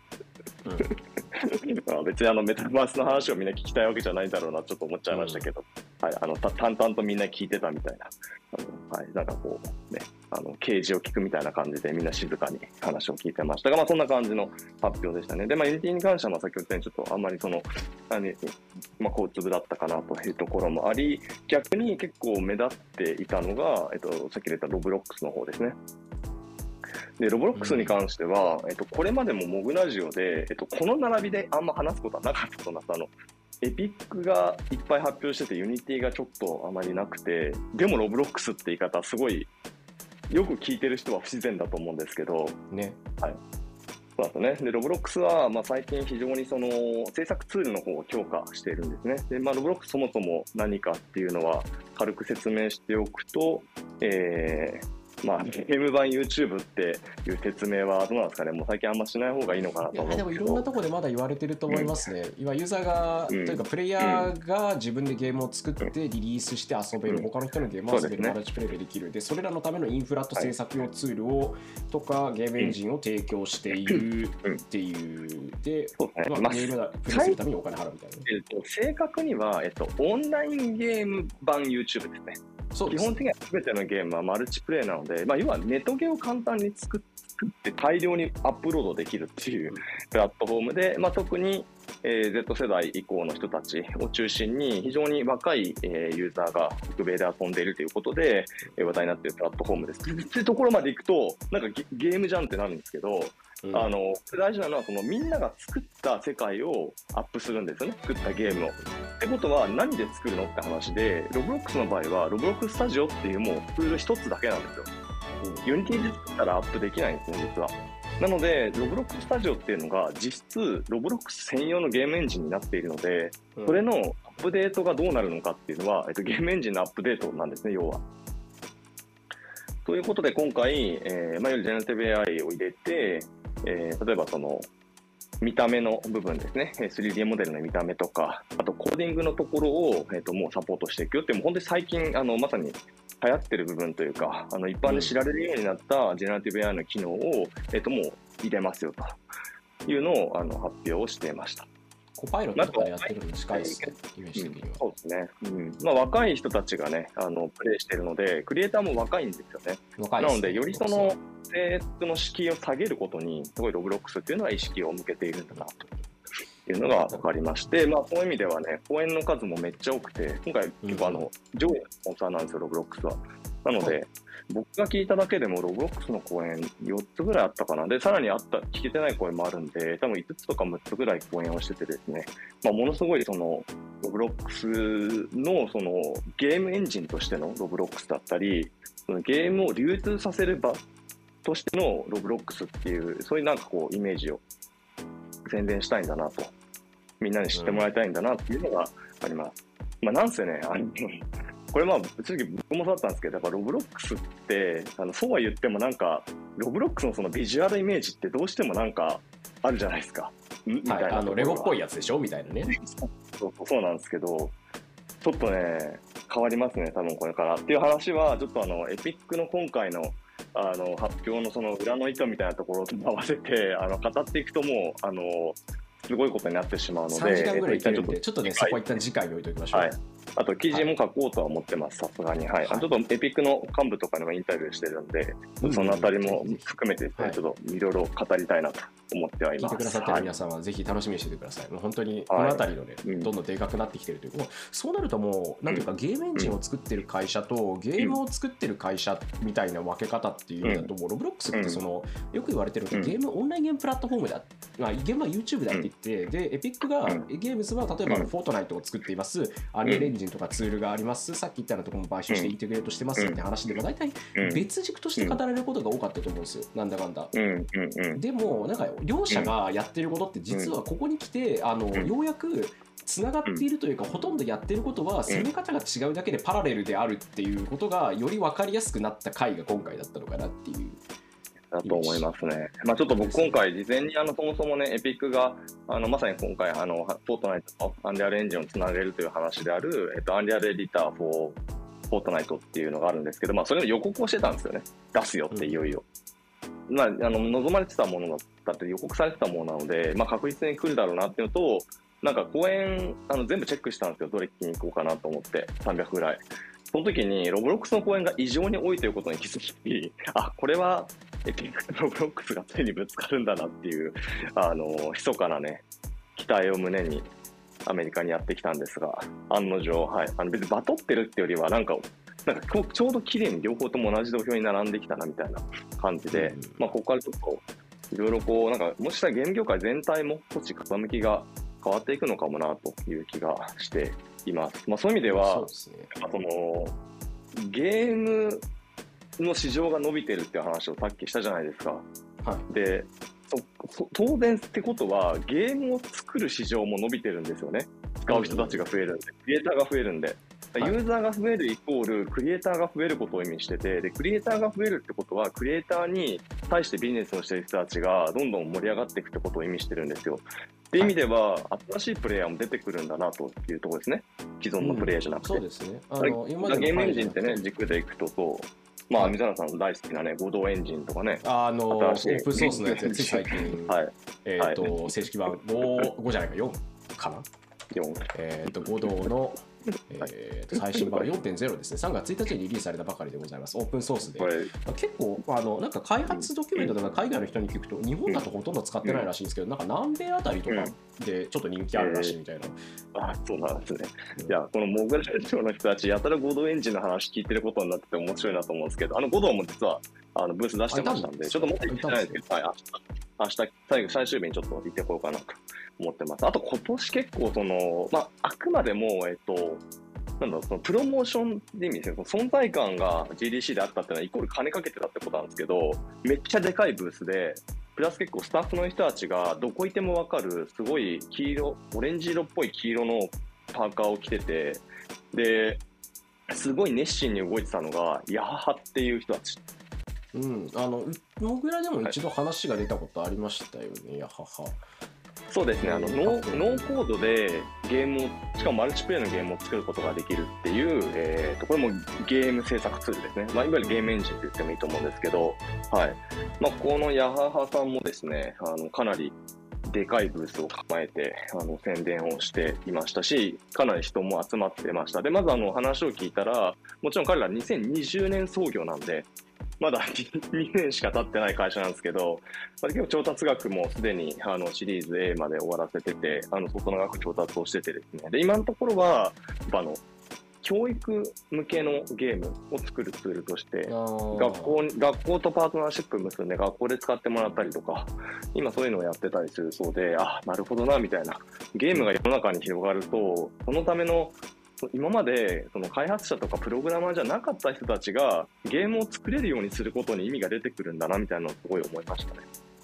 うん、別にあのメタバースの話をみんな聞きたいわけじゃないんだろうなちょっと思っちゃいましたけど、うん、はい、あの淡々とみんな聞いてたみたいな、あの、はい、なんかこうね、あの啓示を聞くみたいな感じでみんな静かに話を聞いてましたが、まあ、そんな感じの発表でしたね。で、まあ、ユニティに関しては先ほど言ったようにちょっとあんまりそのあの、まあ、小粒だったかなというところもあり、逆に結構目立っていたのが、えっと、さっき言ったロブロックスの方ですね。でロブロックスに関しては、うん、えっと、これまでもモグラジオで、えっと、この並びであんま話すことはなかったと思います。あのエピックがいっぱい発表してて、ユニティがちょっとあまりなくて、でもロブロックスって言い方すごいよく聞いてる人は不自然だと思うんですけど、 ね、 はい、そうですね。でロブロックスは、まあ、最近非常にその制作ツールの方を強化しているんですね。で、まあ、ロブロックスそもそも何かっていうのは軽く説明しておくと、えーまあ、ゲーム版 YouTube っていう説明はどうなんですかね、もう最近あんましない方がいいのかなと思うんですけど。 いやでもいろんなところでまだ言われてると思いますね。今、うん、ユーザーが、うん、というかプレイヤーが自分でゲームを作ってリリースして遊べる、うん、他の人のゲームを遊べる、マルチプレイでできる。で、それらのためのインフラと制作用ツールを、はい、とかゲームエンジンを提供しているっていう。で、まあ、ゲームをプレイするためにお金払うみたいな。 えっと、正確には、えっと、オンラインゲーム版 YouTube ですね。 そうです。 基本的には全てのゲームはマルチプレイなので、まあ、要はネットゲーを簡単に作って大量にアップロードできるっていうプラットフォームで、まあ、特に、えー、Z 世代以降の人たちを中心に非常に若い、えー、ユーザーが北米で遊んでいるということで、えー、話題になっているプラットフォームです。っていうところまでいくとなんか ゲ, ゲームじゃんってなるんですけど、うん、あの大事なのはそのみんなが作った世界をアップするんですよね、作ったゲームを。ってことは何で作るのって話で、ロブロックスの場合はロブロックスタジオっていうもうツール一つだけなんですよ。ユニティで作ったらアップできないんですね、実は。なのでロブロックスタジオっていうのが実質ロブロックス専用のゲームエンジンになっているので、それのアップデートがどうなるのかっていうのは、えっと、ゲームエンジンのアップデートなんですね、要は。ということで今回、えーまあ、よりジェネラティブ エーアイ を入れて、えー、例えばその見た目の部分ですね、スリーディー モデルの見た目とか、あとコーディングのところを、えー、ともうサポートしていくよっていう、本当に最近あのまさに流行ってる部分というか、あの一般で知られるようになったジェネラティブ エーアイ の機能を、えー、ともう入れますよというのをあの発表をしていました。 コパイロットとかでやってるのに近いですね、イメージ的には。 うん、そうですね、うんまあ、若い人たちがね、あのプレイしているので、クリエイターも若いんですよね。 若いですね。 なので、よりその制服の敷居を下げることに、すごいロブロックスっていうのは意識を向けているんだなというのが分かりまして、まあ、そういう意味ではね、公演の数もめっちゃ多くて、今回、結構あの、上位のスポンサーなんですよ、ロブロックスは。なので、僕が聞いただけでもロブロックスの公演よっつぐらいあったかな。で、さらにあった、聞けてない公演もあるんで、多分いつつとかむっつぐらい公演をしててですね、まあ、ものすごいその、ロブロックスのそのゲームエンジンとしてのロブロックスだったり、そのゲームを流通させる場としてのロブロックスっていう、そういうなんかこうイメージを宣伝したいんだなと、みんなに知ってもらいたいんだなっていうのがあります。まあ、なんせね、あのこれまあ正直僕もそうだったんですけど、やっぱロブロックスってあのそうは言ってもなんかロブロックスのそのビジュアルイメージってどうしてもなんかあるじゃないですか。 みたいな、はい、あのレゴっぽいやつでしょみたいなね。 そうそうなんですけど、ちょっとね変わりますね多分これからっていう話は、ちょっとあのエピックの今回のあの発表のその裏の意図みたいなところと合わせてあの語っていくともうあのすごいことになってしまうので、 さんじかんぐらいいけるんで、ちょっとねそこは一旦次回に置いておきましょう。はい、 あと記事も書こうとは思ってます、さすがに。はい。はい、ちょっとエピックの幹部とかにもインタビューしてるんで、うん、そのあたりも含めてですね、はい、ちょっといろいろ語りたいなと思ってはいます。 聞いてくださってる皆さんはぜひ楽しみにしててください。もう本当にこのあたりのね、はい、どんどんでかくなってきてるという、うん、そうなるともう、なんていうか、ゲームエンジンを作ってる会社とゲームを作ってる会社みたいな分け方っていうのだと、もうロブロックスってその、よく言われてるのが、ゲーム、オンラインゲームプラットフォームだ、まあ、ゲームは YouTube だって言って、で、エピックが、ゲームズは例えばフォートナイトを作っています、アリエルエンジンとかツールがあります、さっき言ったようなところも買収してインテグレートしてますって話でも、大体別軸として語られることが多かったと思うんですよ、なんだかんだ。でも、なんか、両者がやってることって実はここに来て、あの、ようやくつながっているというか、ほとんどやってることは攻め方が違うだけでパラレルであるっていうことがより分かりやすくなった回が今回だったのかなっていう。 だと思いますね。まあ、ちょっと僕今回事前にあのそもそもねエピックがあのまさに今回あのフォートナイトとアンリアルエンジンをつなげるという話である、えっと、アンリアルエディター for フォートナイトっていうのがあるんですけど、まあ、それの予告をしてたんですよね。出すよっていよいよ。うん、まあ、あの望まれてたものだったって予告されてたものなので、まあ、確実に来るだろうなっていうのと、なんか公演あの全部チェックしたんですよ。どれ聞きに行こうかなと思ってさんびゃくぐらい。その時にロブロックスの公演が異常に多いということに気づき、あ、これはエピックとロブロックスが手にぶつかるんだなっていう、あの密かなね期待を胸にアメリカにやってきたんですが、案の定、はい、あの別にバトってるってよりはなんかなんかちょうど綺麗に両方とも同じ土俵に並んできたなみたいな感じで、まあここからちょっといろいろこうなんかもしかしたらゲーム業界全体も少し傾きが変わっていくのかもなという気がしています。まあ、そういう意味では、そうですね、そのゲームの市場が伸びてるっていう話をさっきしたじゃないですか。はい、でそ当然ってことはゲームを作る市場も伸びてるんですよね。使う人たちが増えるんで、クリエイターが増えるんで。ユーザーが増えるイコールクリエイターが増えることを意味してて、でクリエイターが増えるってことはクリエイターに対してビジネスをしている人たちがどんどん盛り上がっていくってことを意味してるんですよ。っていう意味では、新しいプレイヤーも出てくるんだなというところですね。既存のプレイヤーじゃなくて。 うん、そうですね。あの今までのゲームエンジンってね、軸でいくとと、まあ、水原さんの大好きなね、五道エンジンとかね。 あの、オープンソースのやつで、つい最近、はい、えっ、ー、と、はい、正式版ご、ごじゃないか、よんかな。よん。えっ、ー、と、五道の、えー、と最新版 よんてんゼロ ですね。さんがつついたちにリリースされたばかりでございます。オープンソースで。結構、あの、なんか開発ドキュメントとか海外の人に聞くと、日本だとほとんど使ってないらしいんですけど、なんか南米あたりとかでちょっと人気あるらしいみたいな。 えー、あ、そうなんですね。うん、いや、このモグラジオの人たち、やたら五道エンジンの話聞いてることになってて面白いなと思うんですけど、あの五道も実はあのブース出してましたんで、ちょっともっと言ってないですけど、はい、明日、明日、最後、最終日にちょっと行ってこようかなと思ってます。あと今年結構その、まあ、あくまでも、えっと、なんだろう、そのプロモーションって意味ですね、その存在感が ジーディーシー であったっていうのはイコール金かけてたってことなんですけど、めっちゃでかいブースで、プラス結構スタッフの人たちがどこいても分かるすごい黄色、オレンジ色っぽい黄色のパーカーを着てて、ですごい熱心に動いてたのがヤハハっていう人たち。 うん、あのモグラでも一度話が出たことありましたよね、はい、ヤハハ。 そうですね、あのノー、ノーコードでゲームを、しかもマルチプレイのゲームを作ることができるっていう、えー、とこれもゲーム制作ツールですね、まあ、いわゆるゲームエンジンって言ってもいいと思うんですけど、はいまあ、このヤハハさんもですね、あのかなりでかいブースを構えてあの宣伝をしていましたし、かなり人も集まってました。で、まずあの話を聞いたら、もちろん彼らにせんにじゅうねん創業なんで、まだにねんしか経ってない会社なんですけど、結構調達額もすでにあのシリーズ A まで終わらせてて、あの相当長く調達をしててですね。で、今のところは、あの、教育向けのゲームを作るツールとして、学校、学校とパートナーシップ結んで学校で使ってもらったりとか、今そういうのをやってたりするそうで、あ、なるほどな、みたいな。ゲームが世の中に広がると、そのための今までその開発者とかプログラマーじゃなかった人たちがゲームを作れるようにすることに意味が出てくるんだなみたいなのをすごい思いましたね。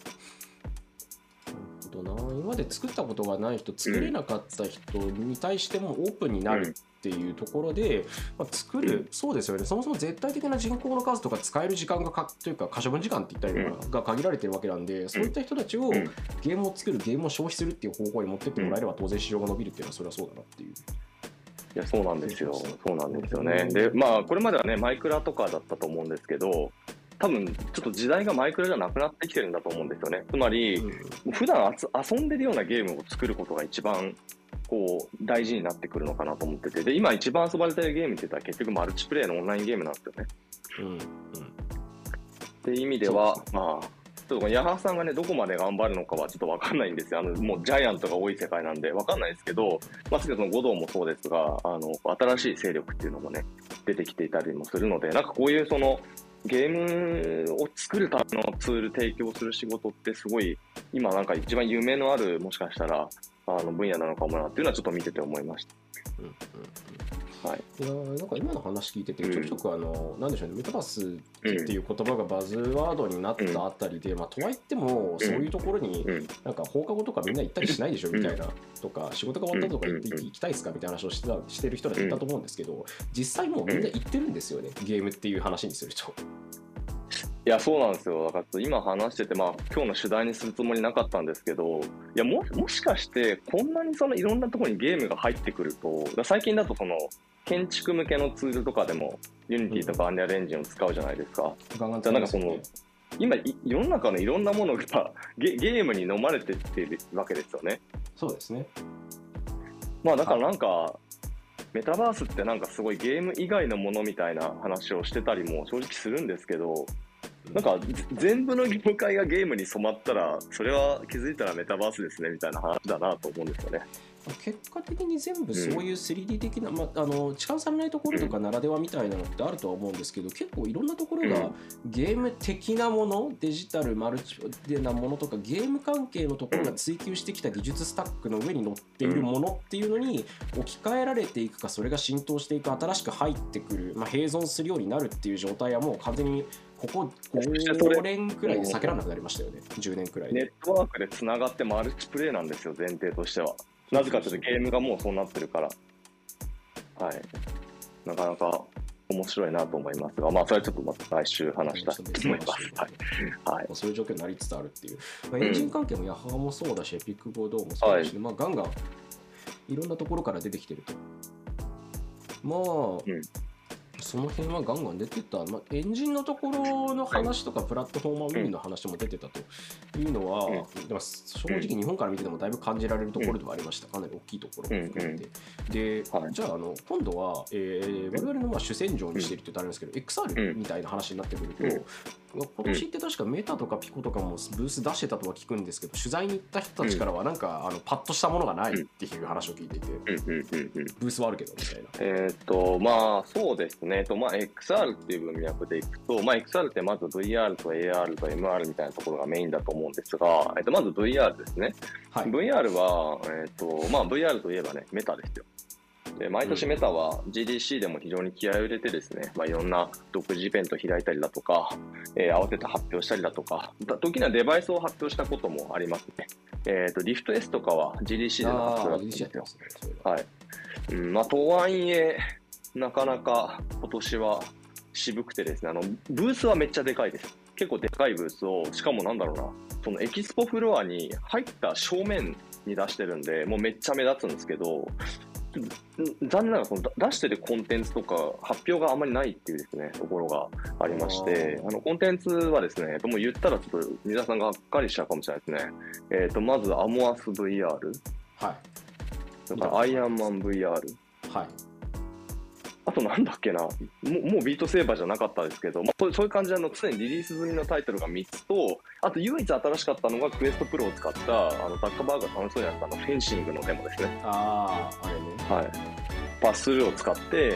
なるほどな。今まで作ったことがない人、作れなかった人に対してもオープンになるっていうところで、まあ、作る、うん、そうですよね。そもそも絶対的な人口の数とか使える時間がかというか可処分時間って言ったりとかが限られてるわけなんで、うん、そういった人たちをゲームを作る、ゲームを消費するっていう方向に持ってってもらえれば当然市場が伸びるっていうのはそれはそうだなっていう。 いやそうなんですよ、そうなんですよね。で、まあ、これまではね、マイクラとかだったと思うんですけど、多分ちょっと時代がマイクラじゃなくなってきてるんだと思うんですよね。つまり、うん、普段遊んでるようなゲームを作ることが一番こう大事になってくるのかなと思ってて、で今一番遊ばれてるゲームって言ったら結局マルチプレイのオンラインゲームなんですよね。 うんうん、 っていう意味では、でね、まあちょっと矢原さんがねどこまで頑張るのかはちょっと分かんないんですよ。あのもうジャイアントが多い世界なんで分かんないですけど、まあ、その護道もそうですが、あの新しい勢力っていうのもね出てきていたりもするので、なんかこういうそのゲームを作るためのツール提供する仕事ってすごい今なんか一番夢のあるもしかしたらあの分野なのかもなっていうのはちょっと見てて思いました。うんうんうん、はい、 いやなんか今の話聞いててちょくちょくあの、うん、なんでしょうね、メタバースっていう言葉がバズワードになったあたりで、うん、まあとはいってもそういうところになんか放課後とかみんな行ったりしないでしょみたいなとか、仕事が終わったとか行って行きたいですかみたいな話をしてたしてる人たちいたと思うんですけど、実際もうみんな行ってるんですよね、ゲームっていう話にすると。 いやそうなんですよ。だから今話してて、まあ、今日の主題にするつもりなかったんですけど、いや も, もしかしてこんなにそのいろんなところにゲームが入ってくると、最近だとその建築向けのツールとかでもユニティとかアンリアルエンジンを使うじゃないですか。うん、じゃなんかその今世の中のいろんなものが ゲ, ゲームに飲まれてってるわけですよね。 そうですね。 まあだからなんか、はい、メタバースってなんかすごいゲーム以外のものみたいな話をしてたりも正直するんですけど、なんか全部の業界がゲームに染まったらそれは気づいたらメタバースですねみたいな話だなと思うんですよね。 結果的に全部そういう スリーディー 的な、うん、まあ、あの痴漢されないところとかならではみたいなのってあるとは思うんですけど、結構いろんなところがゲーム的なもの、デジタルマルチなものとかゲーム関係のところが追求してきた技術スタックの上に乗っているものっていうのに置き換えられていくか、それが浸透していく、新しく入ってくる、まあ、併存するようになるっていう状態はもう完全にここごねんくらいで避けられなくなりましたよね。じゅうねんくらいで。 ネットワークでつながってマルチプレイなんですよ、前提としては。なぜかというとゲームがもうそうなってるから。はい。なかなか面白いなと思いますが、まあそれはちょっとまた来週話したいと思います。はい。はい、 そういう状況になりつつあるっていう。まあ、エンジン関係もヤハもそうだし、エピックゴードもそうだし、はい、まあガンガンいろんなところから出てきてると。まあ、うんその辺はガンガン出てた、まあ、エンジンのところの話とか、はい、プラットフォーマーウィンの話も出てたというのは、うん、でも正直日本から見ててもだいぶ感じられるところではありました。かなり大きいところも含めて、うん、で、はい、じゃあ、 あの今度は、えー、我々のまあ主戦場にしているって言ったらあれですけど、うん、エックスアール みたいな話になってくると、うん今年って確かメタとかピコとかもブース出してたとは聞くんですけど、取材に行った人たちからはなんか、うん、あのパッとしたものがないっていう話を聞いていて、ブースはあるけどみたいな。 えー、っとまあそうですね。とまあ エックスアール っていう文脈でいくと、まあ エックスアール ってまず ブイアール と エーアール と エムアール みたいなところがメインだと思うんですが、えっとまず ブイアール ですね。はい、ブイアール はえー、っとまあ ブイアール といえばねメタですよ。で毎年メタは ジーディーシー でも非常に気合を入れてですね、まあ、いろんな独自イベントを開いたりだとか、えー、合わせて発表したりだとか、時にはデバイスを発表したこともありますね。えーと、リフト S とかは ジーディーシー での発表だったんですよ。はい。うん、まあ、とはいえ、なかなか今年は渋くてですね、あの、ブースはめっちゃでかいです。結構でかいブースを、しかもなんだろうな、そのエキスポフロアに入った正面に出してるんで、もうめっちゃ目立つんですけど、残念ながらその出してるコンテンツとか発表があまりないっていうですねところがありまして、あのコンテンツはですね、もう言ったらちょっと皆さんががっかりしちゃうかもしれないですね。えっとまずアモアス ブイアール、 はい。 それからアイアンマン ブイアール、 はい。 あとなんだっけな、もう、もうビートセーバーじゃなかったですけど、まあ、そういう感じであの常にリリース済みのタイトルがみっつと、あと唯一新しかったのがクエストプロを使ったあのザッカーバーグが楽しそうにやったあのフェンシングのデモですね。 ああ、あれね。 はい。パススルーを使って、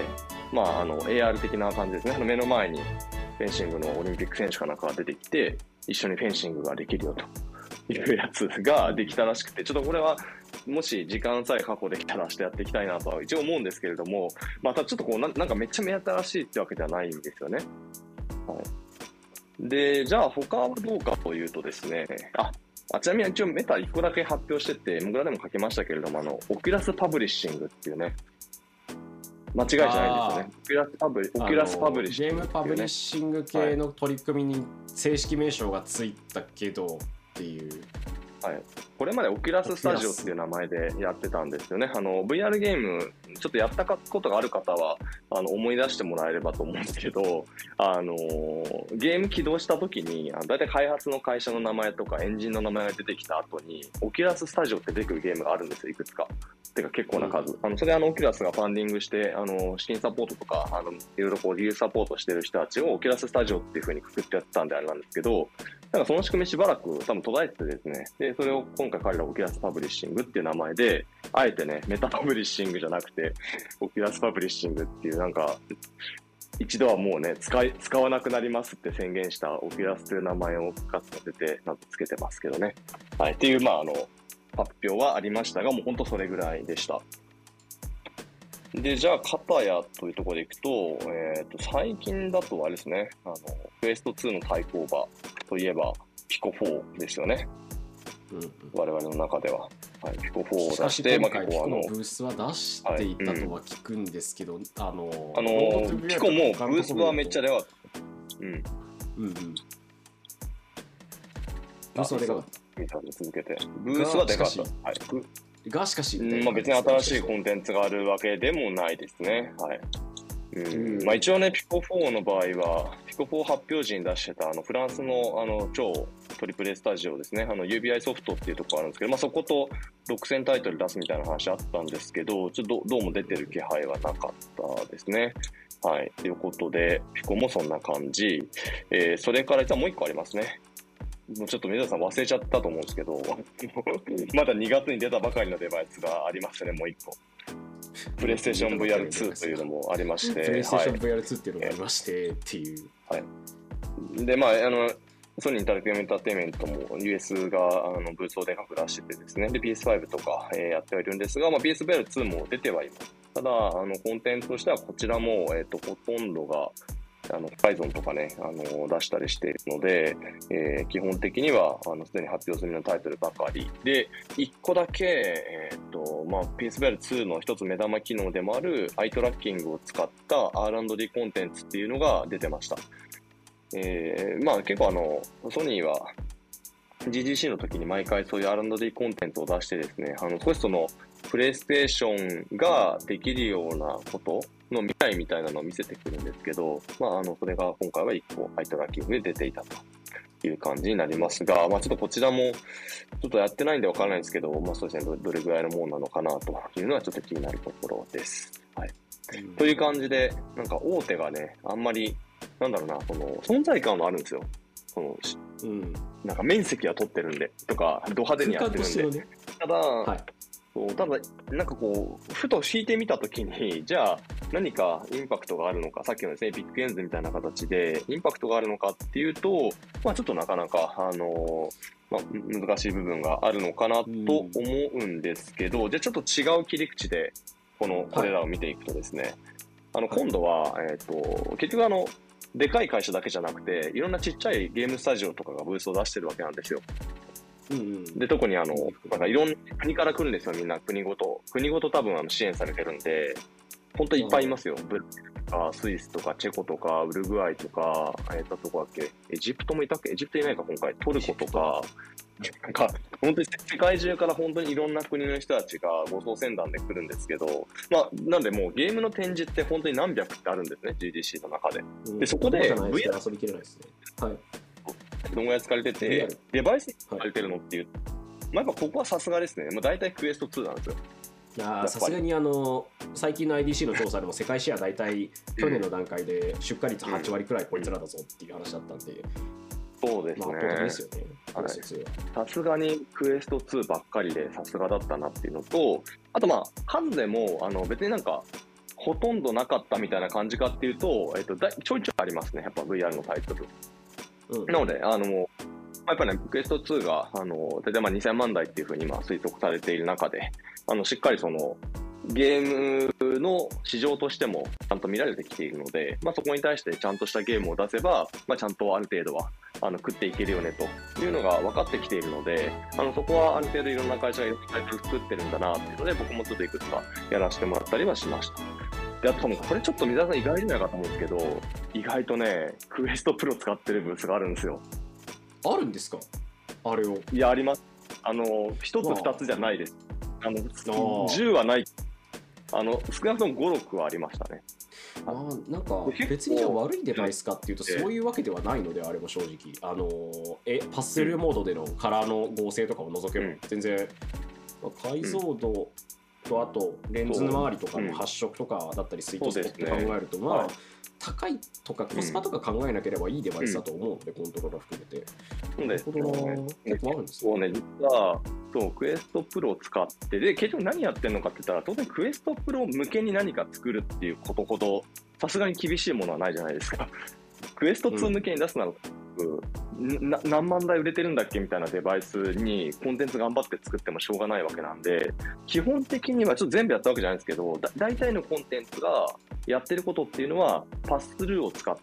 まあ、あの エーアール 的な感じですね。あの目の前にフェンシングのオリンピック選手かなんかが出てきて、一緒にフェンシングができるよというやつができたらしくて、ちょっとこれはもし時間さえ確保できたらしてやっていきたいなとは一応思うんですけれども、またちょっとこう な, なんかめっちゃ目新しいってわけではないんですよね。はい、で、じゃあ他はどうかというとですね、ああちなみに一応メタいっこだけ発表してて、モグラでも書きましたけれども、あのオキュラスパブリッシングっていうね、間違いじゃないんですよね。オキュラスパブリ、オキュラスパブリッシング、ね、 ゲームパブリッシング系の取り組みに正式名称がついたけどっていう。 はい、これまでオキュラススタジオっていう名前でやってたんですよね。あの ブイアール ゲームちょっとやったことがある方はあの思い出してもらえればと思うんですけど、あのゲーム起動した時にだいたい開発の会社の名前とかエンジンの名前が出てきた後にオキュラススタジオって出てくるゲームがあるんですよ、いくつか。てか結構な数、うん、あのそれあのオキュラスがファンディングしてあの資金サポートとかあのいろいろこうリユースサポートしてる人たちをオキュラススタジオっていう風にくくってやってたんであれなんですけど、なんかその仕組みしばらく多分途絶えててですね、でそれを今回彼らオキュラスパブリッシングっていう名前であえてねメタパブリッシングじゃなくてオキュラスパブリッシングっていうなんか一度はもうね使い使わなくなりますって宣言したオキュラスという名前を復活させてなんとつけてますけどね。はい、っていうまああの発表はありましたが、もう本当それぐらいでした。で、じゃあ、片やというところでいくと、えっと、最近だとあれですね、あの、クエストツーの対抗馬といえば、ピコフォーですよね。うんうん、我々の中では。はい、ピコフォーを出して、 まあ、結構あの、ブースは出していたとは聞くんですけど、はい、うん、あの、 あのピコもブースはめっちゃでかかった。うん。うんうん。 ブースはでかかった。 みたいに続けて。ブースはでかかった。はい。 がしかし、 まあ、別に新しいコンテンツがあるわけでもないですね。はい。うんうん、まあ、一応ね、ピコフォーの場合は、ピコフォー発表時に出してたあのフランスのあの超トリプル A スタジオですね、あの ユービーアイ ソフトっていうところあるんですけど、まあ、そこと独占タイトル出すみたいな話あったんですけど、ちょっとどうも出てる気配はなかったですね。はい。ということで、ピコもそんな感じ。えー、それから実はもう一個ありますね。もうちょっと皆さん忘れちゃったと思うんですけど、まだにがつに出たばかりのデバイスがありましたね、もう一個。プレイステーション ブイアールツー というのもありまして、 プレイステーション ブイアールツー っていうのがありましてっていう。 はい。で、まあ、あの、ソニーインタラクティブエンターテインメントも ユーエス があのブースをでかく出しててですね、で ピーエスファイブ とか、えー、やってはいるんですが、まあ、ピーエスブイアールツー も出てはいます。ただ、あのコンテンツとしてはこちらも、えーと、ほとんどがあのホライゾンとかね、あの出したりしているので、えー、基本的にはあのすでに発表済みのタイトルばかりで、いっこだけ、えーとまあ、ピーエスブイアールツー の一つ目玉機能でもあるアイトラッキングを使った アールアンドディー コンテンツっていうのが出てました。えー、まあ結構あのソニーは ジーディーシー の時に毎回そういう アールアンドディー コンテンツを出してですね、あの少しそのプレイステーションができるようなことの未来みたいなのを見せてくるんですけど、まああのそれが今回はいっこアイトラッキングで出ていたという感じになりますが、まあちょっとこちらもちょっとやってないんでわからないんですけど、まあそうですね、ど, どれぐらいのものなのかなというのはちょっと気になるところです。はい。うん、という感じで、なんか大手がね、あんまりなんだろうな、この存在感はあるんですよ。そのうん、なんか面積は取ってるんでとかド派手にやってるんで、ね、ただ、はい、そうただなんかこうふと引いてみたときにじゃあ何かインパクトがあるのか、さっきのですねビッグエンズみたいな形でインパクトがあるのかっていうと、まあちょっとなかなかあのまあ、難しい部分があるのかなと思うんですけど、うん、じゃあちょっと違う切り口でこのこれらを見ていくとですね、はい、あの今度は、えっと結局あのでかい会社だけじゃなくていろんなちっちゃいゲームスタジオとかがブースを出してるわけなんですよ。うんうん、で特にあのなんかいろんな国から来るんですよ、みんな国ごと国ごと多分あの支援されてるんで本当にいっぱいいますよ。ブラジルとかスイスとかチェコとかウルグアイとか、えー、とどこだっけ、エジプトもいたっけ、エジプトいないか今回、トルコとかなんか本当に世界中から本当にいろんな国の人たちが護送船団で来るんですけど、まあなんでもうゲームの展示って本当に何百ってあるんですね、ジーディーシー の中で。うん、でそこで ブイアール 遊びきれないですね。はい。どんぐらい使われてて、デバイスに使われてるのっていう、はい、まあやっぱここはさすがですね。まあ大体クエストツーなんですよ。 いやさすがにあの最近の アイディーシー の調査でも世界シェア大体去年の段階で出荷率はちわりくらいこいつらだぞっていう話だったんで、 そうですね。 まあ、圧倒的ですよね。 さすがにクエストツーばっかりでさすがだったなっていうのと、あとまあ数でもあの別になんかほとんどなかったみたいな感じかっていうと、えっと、だちょいちょいありますね、やっぱ ブイアール のタイトル。うん、なのであのもうやっぱりね、クエストツーが、あの、大体まあにせんまん台っていうふうに今推測されている中で、あの、しっかりその、ゲームの市場としてもちゃんと見られてきているので、まあそこに対してちゃんとしたゲームを出せば、まあちゃんとある程度は、あの、食っていけるよねというのが分かってきているので、あの、そこはある程度いろんな会社がいろんなタイトル作ってるんだなっていうので、僕もちょっといくつかやらせてもらったりはしました。で、あとこれちょっと皆さん意外じゃないかと思うんですけど、意外とね、クエストプロ使ってるブースがあるんですよ。 あるんですか？あれを。 いや、あります。 あのひとつふたつじゃないです。あのじゅうはない。あの少なくともご、ろくはありましたね。 あなんか別にじゃあ悪いデバイスかっていうとそういうわけではないのであれば正直あのえパステルモードでのカラーの合成とかを除けば全然、まあ、解像度とあとレンズの周りとかの発色とかだったりスイートスポットって考えるとまあ高いとかコスパとか考えなければいいデバイスだと思うのでコントローラー含めて。 そうですね。 結構あるんですそうね、実はそうクエストプロを使ってで結局何やってるのかって言ったら当然クエストプロ向けに何か作るっていうことほどさすがに厳しいものはないじゃないですか。クエストツー向けに出すなら、うん、な何万台売れてるんだっけみたいなデバイスにコンテンツ頑張って作ってもしょうがないわけなんで基本的にはちょっと全部やったわけじゃないんですけどだ大体のコンテンツがやってることっていうのはパススルーを使った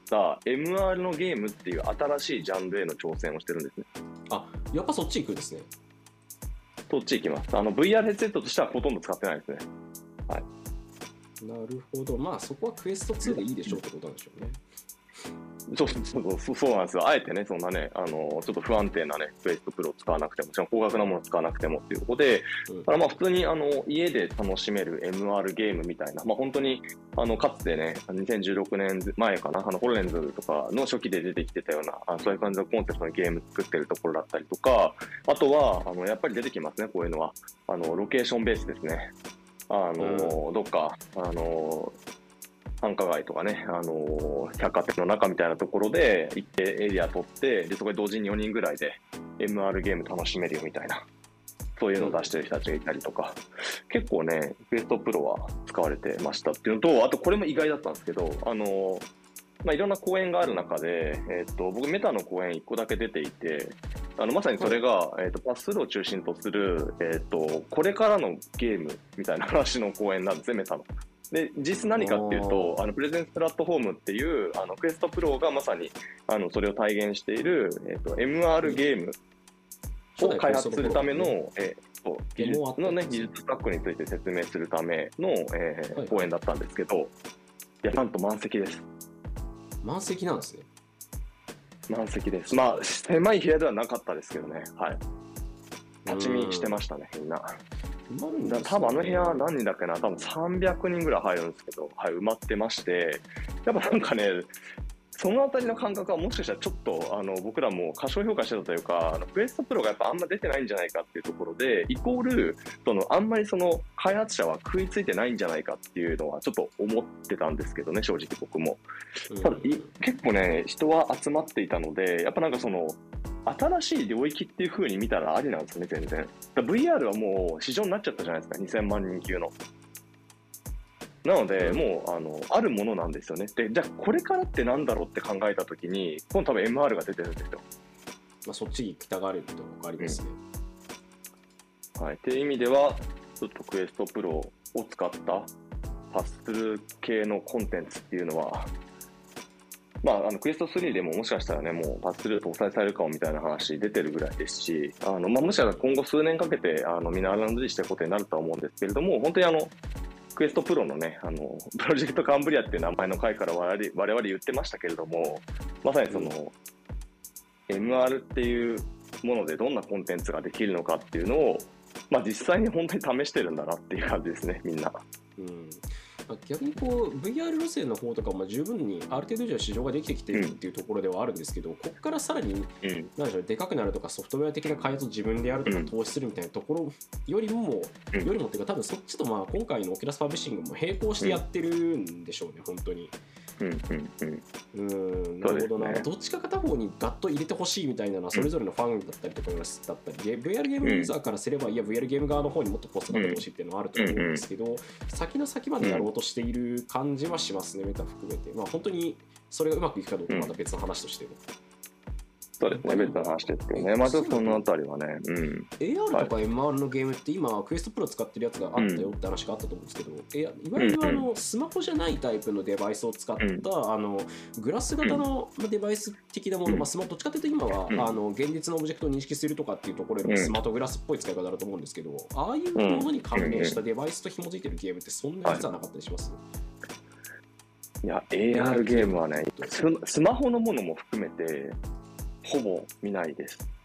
エムアール のゲームっていう新しいジャンルへの挑戦をしてるんですね。 あ、やっぱそっち行くんですね。 そっち行きます。あの ブイアール ヘッドセットとしてはほとんど使ってないですね。はい。 なるほど。まあそこはクエストツーでいいでしょうってことなんでしょうね。 そうそうそうそうなんですよ。あえてね、そんなね、あのちょっと不安定なね、クエストプロを使わなくても、しかも高額なものを使わなくてもっていうことで、うん、だからまあ普通にあの家で楽しめる エムアール ゲームみたいな、まあ本当にあのかつてね、にせんじゅうろくねんまえかな、あのホロレンズとかの初期で出てきてたような、あそういう感じのコンセプトのゲーム作ってるところだったりとか、あとはあのやっぱり出てきますね、こういうのは。あのロケーションベースですね。あの、うん、どっか、あの、繁華街とかね、あの百貨店の中みたいなところで行ってエリア取ってでそこで同時によにんぐらいで エムアール ゲーム楽しめるよみたいなそういうのを出してる人たちがいたりとか、うん、結構ねクエストプロは使われてましたっていうのとあとこれも意外だったんですけどあの、まあ、いろんな公演がある中で、えー、と僕メタの公演いっこだけ出ていてあのまさにそれが、えー、とパススルーを中心とする、えー、とこれからのゲームみたいな話の公演なんですねメタの。で実質何かっていうとあのプレゼンスプラットフォームっていうあのクエストプロがまさにあのそれを体現している、えー、と エムアール ゲームを開発するための、えー、と技術の、ね、技術スタックについて説明するための、えーはい、講演だったんですけどいやなんと満席です。 満席なんですね。 満席です。まあ狭い部屋ではなかったですけどね、はい、立ち見してましたねみんな。ね、多分あの部屋何人だっけな多分さんびゃくにんぐらい入るんですけど、はい、埋まってましてやっぱなんかねそのあたりの感覚はもしかしたらちょっとあの僕らも過小評価してたというかあのクエストプロがやっぱあんま出てないんじゃないかっていうところでイコールそのあんまりその開発者は食いついてないんじゃないかっていうのはちょっと思ってたんですけどね正直僕も。ただ結構ね人は集まっていたのでやっぱなんかその新しい領域っていう風に見たらありなんですね全然。だ ブイアール はもう市場になっちゃったじゃないですかにせんまんにん級の。なのでもう あのあるものなんですよね。でじゃあこれからってなんだろうって考えたときに今度多分 エムアール が出てるんですよ。 まあ、そっちに行きたがると分かりますね。 うん、はい、っていう意味ではちょっとクエストプロを使ったパススルー系のコンテンツっていうのはまあ、あのクエストスリーでももしかしたらねもうパススルー搭載されるかもみたいな話出てるぐらいですしあの、まあ、もしかしたら今後数年かけてあのみんなアラウンドしていくことになるとは思うんですけれども本当にあのクエストプロのねあのプロジェクトカンブリアっていう名前の回から我々我々言ってましたけれどもまさにその、うん、エムアール っていうものでどんなコンテンツができるのかっていうのを、まあ、実際に本当に試してるんだなっていう感じですねみんな。 うん逆にこう ブイアール 路線の方とかも十分にある程度以上市場ができてきてるっていうところではあるんですけど、うん、ここからさらに、うん、なんでしょうでかくなるとかソフトウェア的な開発を自分でやるとか投資するみたいなところよりも、うん、よりもっていうか多分そっちとまあ今回のオキュラスパブリッシングも並行してやってるんでしょうね、うん、本当に。うんうんうん、うんなるほどな、ね、どっちか片方にガッと入れてほしいみたいなのはそれぞれのファンだったりとかだったり、うん、ブイアール ゲームユーザーからすれば、うん、いや ブイアール ゲーム側の方にもっとコストかけてほしいっていうのはあると思うんですけど、うん、先の先までやろうとしている感じはしますね、メタ含めて。まあ本当にそれがうまくいくかどうかはまた別の話としても。 そうですね、別の話ですけどね、まあ、ちょっとそのあたりはね、うん、 エーアール とか エムアール のゲームって今、クエストプロ使ってるやつがあったよって話があったと思うんですけど、うん、いわゆるあのスマホじゃないタイプのデバイスを使った、うん、あのグラス型のデバイス的なもの、うんまあ、スマホどっちかというと今は、うん、あの現実のオブジェクトを認識するとかっていうところでスマートグラスっぽい使い方だと思うんですけど、ああいうものに関連したデバイスと紐づいてるゲームってそんな実はなかったりします、 いや エーアール ゲームはねスマホのものも含めてほぼ見ないです。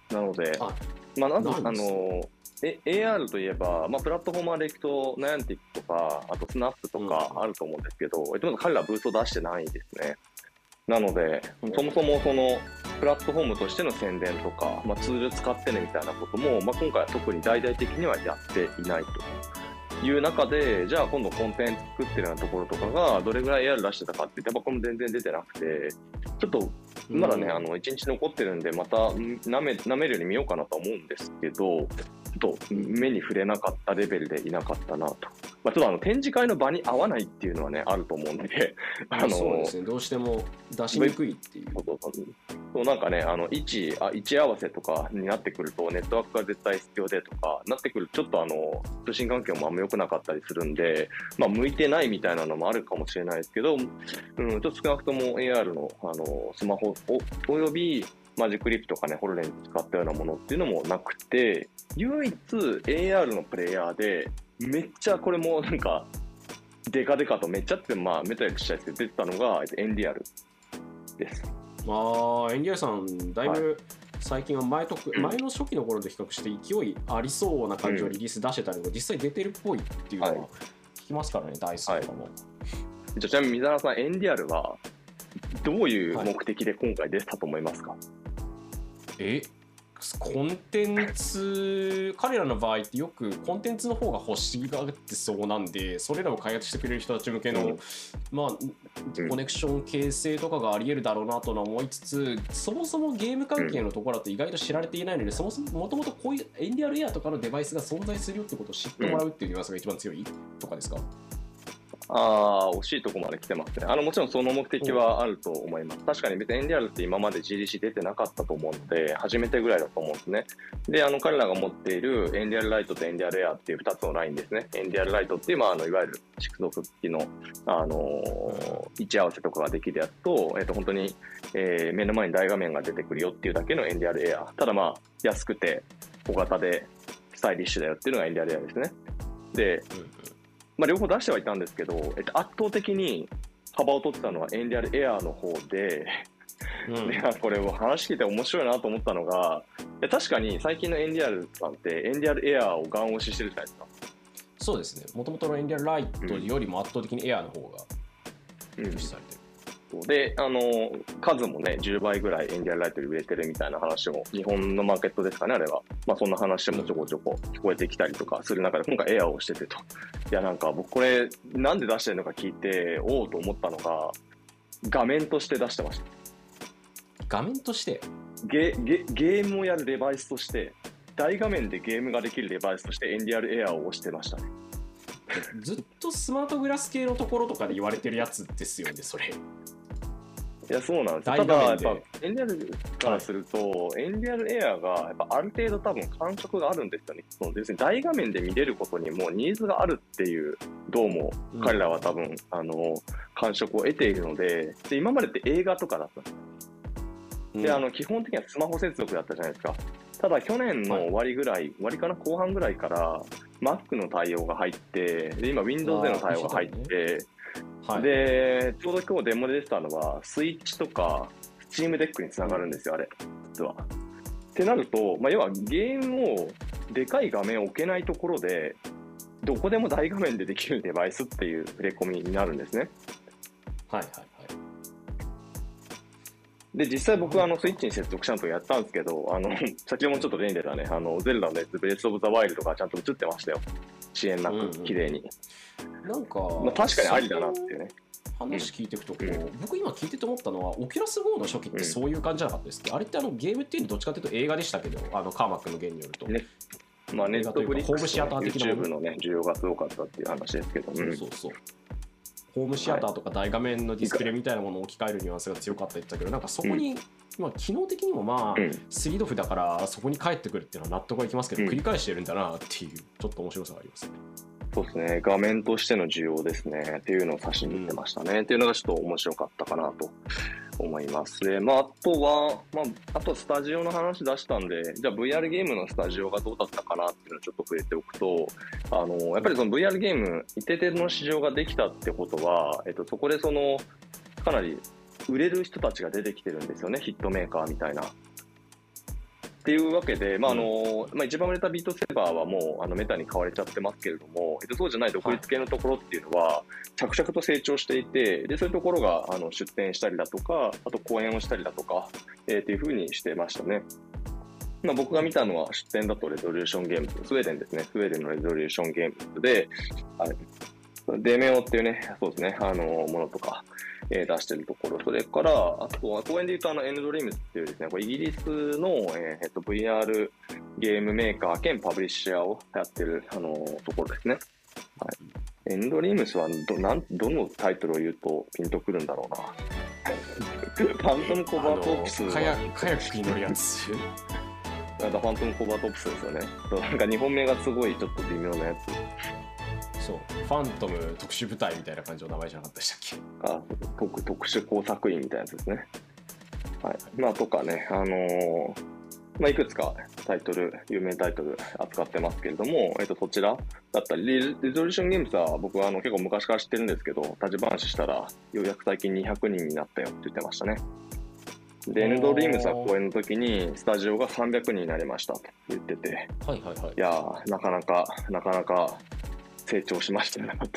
なので、 あまあ、なんないんあですねのえ エーアール といえば、まあ、プラットフォーマーでいくと、ナヤンティックとか、あとスナップとかうんあると思うんですけど、えっと、彼らはブースト出してないですね。なので、そもそもそのプラットフォームとしての宣伝とか、まあ、ツール使ってねみたいなことも、まあ、今回は特に大々的にはやっていないという中で、じゃあ今度コンテンツ作ってるようなところとかがどれぐらい エーアール 出してたかって言って、やっぱこれも全然出てなくて、ちょっとまだね、 うんあのいちにち残ってるんで、またなめ舐めるように見ようかなとは思うんですけど、ちょっと目に触れなかったレベルでいなかったなと。まあ、ちょっとあの展示会の場に合わないっていうのはね、あると思うんで、あのそうですね、どうしても出しにくいっていう。 そうそうそうなんかね、あの位置あ位置合わせとかになってくると、ネットワークが絶対必要でとかなってくると、ちょっとあの通信環境もあんま良くなかったりするんで、まあ、向いてないみたいなのもあるかもしれないですけど、うん、ちょっと少なくとも エーアール の、あのスマホおおよびマジックリップとかね、ホロレンズ使ったようなものっていうのもなくて、唯一 エーアール のプレイヤーで、めっちゃこれもなんか、デカデカとめっちゃって、まあ、メタリックしたやつで出てたのが、エンディアルです。 ああ、エンディアルさん、だいはぶ最近は前と、 うん前の初期の頃と比較して勢いありそうな感じのリリース出してたりとか、実際出てるっぽいっていうのははい聞きますからね、ダイスとかも。 じゃあちなみに水原さん、エンディアルはどういう目的で今回出てたと思いますか？ えコンテンツ、彼らの場合ってよくコンテンツの方が欲しがってそうなんで、それらを開発してくれる人たち向けの、 うんまあ、 うんコネクション形成とかがあり得るだろうなとは思いつつ、そもそもゲーム関係のところだと意外と知られていないので、そもそももともとこういうエンディアルエアとかのデバイスが存在するよってことを知ってもらうっていうニュアンスが一番強いとかですか？ ああ、惜しいところまで来てますね。あの、もちろんその目的はあると思います。確かに別にエンディアルって今まで ジーディーシー 出てなかったと思うので、初めてぐらいだと思うんですね。で、あの、彼らが持っているエンディアルライトとエンディアルエアっていうふたつのラインですね。エンディアルライトっていう、まあ、あの、いわゆる蓄族機の、あのー位置合わせとかができるやつと、えっと、本当に、えー目の前に大画面が出てくるよっていうだけのエンディアルエア。ただまあ、安くて小型でスタイリッシュだよっていうのがエンディアルエアですね。で、まあ、両方出してはいたんですけど、えっと、圧倒的に幅を取ってたのはエンディアルエアの方で、 うんうんいやこれを話聞いて面白いなと思ったのが、いや確かに最近のエンディアルさんってエンディアルエアをガン押ししてるじゃないですか。 そうですね、もともとのエンディアルライトよりも圧倒的にエアの方がうん重視されてる。 で、あの、数もね、じゅうばいぐらいエンディアルライトより売れてるみたいな話も、日本のマーケットですかね、あれは。まあ、そんな話もちょこちょこ聞こえてきたりとかする中で、今回エアをしててと。いや、なんか僕これ、なんで出してるのか聞いて、おおと思ったのが、画面として出してました。 画面としてゲゲゲームをやるデバイスとして、大画面でゲームができるデバイスとしてエンディアルエアを押してましたね。 ずっとスマートグラス系のところとかで言われてるやつですよね、それ。 いや、そうなんですよ。 大ただ、やっ画面でぱ、エンディアルからすると、エンディアルエアが、やっぱある程度多分感触があるんですよね。その別に大画面で見れることにもニーズがあるっていう、どうも彼らは多分、あの、感触を得ているので、で、今までって映画とかだったんですよ。で、あの、基本的にはスマホ接続だったじゃないですか。ただ、去年の終わりぐらい、終わりかな、後半ぐらいから、Mac の対応が入って、で、今 Windows での対応が入って、 はい、 で、ちょうど今日デモで出てたのは、スイッチとか、スチームデックにつながるんですよ、あれ、実は。ってなると、まあ、要はゲームを、でかい画面を置けないところで、どこでも大画面でできるデバイスっていう触れ込みになるんですね。 はいはいはい。 で、実際僕はあのスイッチに接続ちゃんとやったんですけど、あの、先ほどもちょっと例に出たね、あの、ゼルダのやつ、ブレスオブザワイルドがちゃんと映ってましたよ。遅延なく、綺麗に。 なんか、 まあ、確かにありだなっていうね。 話聞いていくとこう、 うん、 僕今聞いてて思ったのは、オキュラスゴーの初期ってそういう感じじゃなかったですけど、うん、あれってあのゲームっていうのどっちかというと映画でしたけど、あのカーマックの言によると。 ね、まあ、ネットフリックスとの YouTube のね、需要がすごかったっていう話ですけど、 そうそうそう。ホームシアターとか大画面のディスプレイみたいなものを置き換えるニュアンスが強かった言ってたけど、なんかそこに、うんまあ、機能的にもまあ、うん、スリードフだからそこに帰ってくるっていうのは納得がいきますけど、うん、繰り返してるんだなっていうちょっと面白さがありますね。 そうですね、画面としての需要ですねっていうのを指しに行ってましたね、うん、っていうのがちょっと面白かったかなと思います。で、まあ、あとは、まあ、あとスタジオの話出したんで、じゃあ ブイアール ゲームのスタジオがどうだったかなっていうのをちょっと触れておくと、あの、やっぱりその ブイアール ゲーム、一定程度の市場ができたってことは、えっと、そこでその、かなり売れる人たちが出てきてるんですよね、ヒットメーカーみたいな。 っていうわけで、まああのまあ、一番売れたビートセーバーはもうあのメタに買われちゃってますけれども、えっと、そうじゃない独立系のところっていうのは着々と成長していて、でそういうところがあの出展したりだとか、あと講演をしたりだとか、えー、っていうふうにしてましたね。まあ、僕が見たのは出展だとレゾリューションゲームズ、スウェーデンですね、スウェーデンのレゾリューションゲームズで、はい、デメオっていうね、そうですね、あのものとか、えー、出してるところ、それから、あとは公演で言うとあのエンドリームズっていうですね、これイギリスの、えー、っと ブイアール ゲームメーカー兼パブリッシャーをやってるあのところですね。はい、エンドリームスはどなんどのタイトルを言うとピンとくるんだろうな。ファントムコバートプス。 カヤックに乗るやつ。 なんかファントムコバートプスですよね。なんかにほんめがすごいちょっと微妙なやつ。 そう、ファントム特殊部隊みたいな感じの名前じゃなかったでしたっけ？ あ、特特殊工作員みたいなやつですね。はい。まあとかね、あのー、まあいくつかタイトル、有名タイトル扱ってますけれども、えっとそちらだったり、レゾリューションゲームズは僕はあの結構昔から知ってるんですけど、立ち話したらようやく最近にひゃくにんになったよって言ってましたね。で、エンドリームズは公演の時にスタジオがさんびゃくにんになりましたと言ってて、 はいはいはい。 いやー、なかなか、なかなか成長しましたね、と。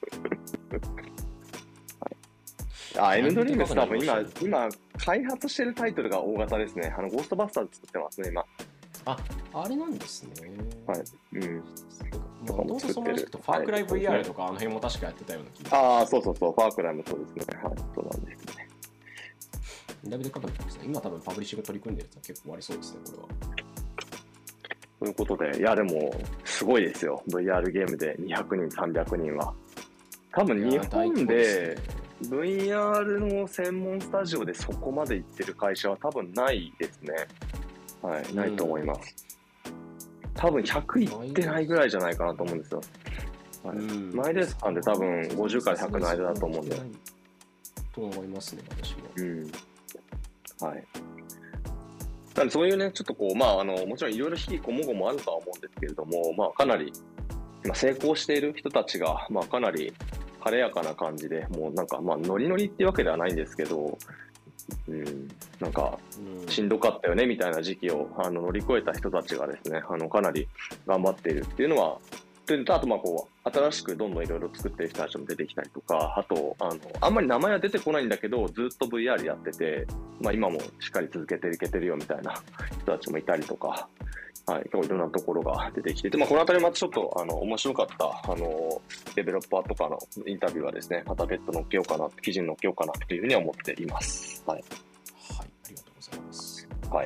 はい、あ、エンドリームズ多分今、今、開発してるタイトルが大型ですね。あの、ゴーストバスターズ作ってますね、今。 あ、あれなんですね。 はい。うん。 とかも作ってる。ファークライ ブイアール とかあの辺も確かやってたような気が。 ああ、そうそうそう、ファークライもそうですね。はい、そうなんですね。 だいぶでかくなってますね。今多分パブリッシング取り組んでるやつは結構ありそうですね、これは。 ということで、いや、でも、すごいですよ。ブイアール ゲームでにひゃくにん、さんびゃくにんは。多分日本で ブイアール の専門スタジオでそこまで行ってる会社は多分ないですね。はい、ないと思います。多分ひゃくいってないぐらいじゃないかなと思うんですよ。はい、マイレースさんで多分ごじゅうからひゃくの間だと思うんで。 と思いますね、私は。 うん。はい。なんでそういうね、ちょっとこう、まあ、あの、もちろんいろいろ引きこもごもあるとは思うんですけれども、まあ、かなり、まあ、成功している人たちが、まあ、かなり晴れやかな感じで、もうなんか、まあ、ノリノリっていうわけではないんですけど、うん、なんか、しんどかったよね、みたいな時期を、あの、乗り越えた人たちがですね、あの、かなり頑張っているっていうのは、というと、あと、まあ、こう、新しくどんどんいろいろ作ってる人たちも出てきたりとか、あと、あの、あんまり名前は出てこないんだけど、ずっと ブイアール やってて、まあ、今もしっかり続けていけてるよみたいな人たちもいたりとか、はい、結構いろんなところが出てきてて、まあ、このあたりまたちょっと、あの、面白かった、あの、デベロッパーとかのインタビューはですね、また別途載っけようかな、記事に載っけようかなというふうには思っています。はい。 はい、ありがとうございます。 はい。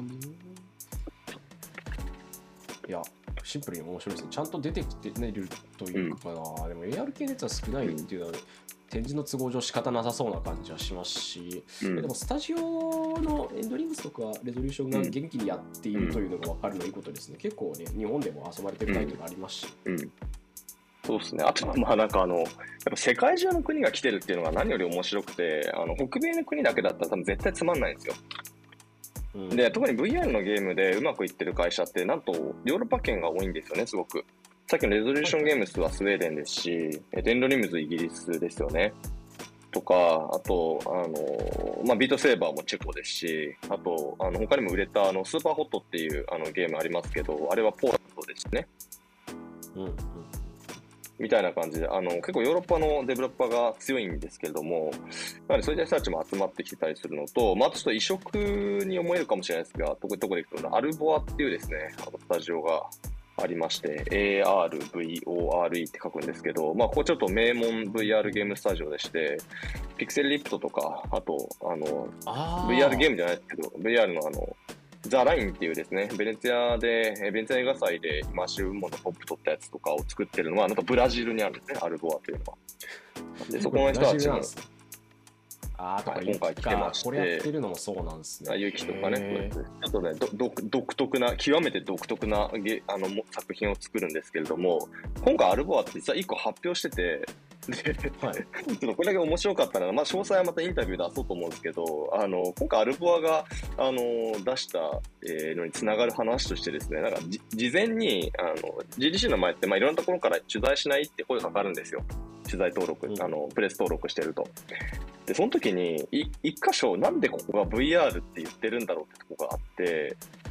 いや、シンプルに面白いですね。ちゃんと出てきてるというか、うん、でも エーアール 系のやつは少ないっていうのは、うん、展示の都合上仕方なさそうな感じはしますし、うん、でもスタジオのエンドリングスとかレゾリューションが元気にやっているというのが分かるのいいことですね。結構ね、日本でも遊ばれてるタイトルありますし。 うんうん、そうですね。あとはまあなんかあの、やっぱ世界中の国が来てるっていうのが何より面白くて、あの北米の国だけだったら多分絶対つまんないんですよ。で、特に ブイアール のゲームでうまくいってる会社って、なんとヨーロッパ圏が多いんですよね、すごく。さっきのレゾリューションゲームスはスウェーデンですし、エンドリームズイギリスですよね。とか、あと、あの、まあ、ビートセーバーもチェコですし、あと、あの、他にも売れた、あの、スーパーホットっていうあのゲームありますけど、あれはポーランドですね。うん、うん。みたいな感じで、あの、結構ヨーロッパのデベロッパーが強いんですけれども、やはりそういった人たちも集まってきてたりするのと、まあ、あとちょっと異色に思えるかもしれないですが、どこ、どこで行くと、アルボアっていうですね、あのスタジオがありまして、エーアールブイオーアールイー って書くんですけど、まあ、ここちょっと名門 ブイアール ゲームスタジオでして、ピクセルリプトとか、あと、あの、あ ブイアール ゲームじゃないですけど、ブイアール のあの、ザ・ラインっていうですね、ベネツィアで、ベネツィア映画祭で今、シウモのトップ取ったやつとかを作ってるのは、なんかブラジルにあるんですね、アルボアというのは。で、そこの人たちも、 あーとか、 今回来てまして、 これやってるのもそうなんですね。 ユキとかね、ちょっとね、ど独特な、極めて独特なゲあの作品を作るんですけれども、今回アルボアって実はいっこ発表してて、で、はい、ちょっとこれだけ面白かったのが、まあ、詳細はまたインタビュー出そうと思うんですけど、あの、今回アルボアが、あの、出した、えー、のにつながる話としてですね、なんか、事前に、あの、ジーディーシー の前って、まあ、いろんなところから取材しないって声がかかるんですよ。取材登録、うん、あの、プレス登録してると。で、その時に、い一箇所、なんでここが ブイアール って言ってるんだろうってとこがあって、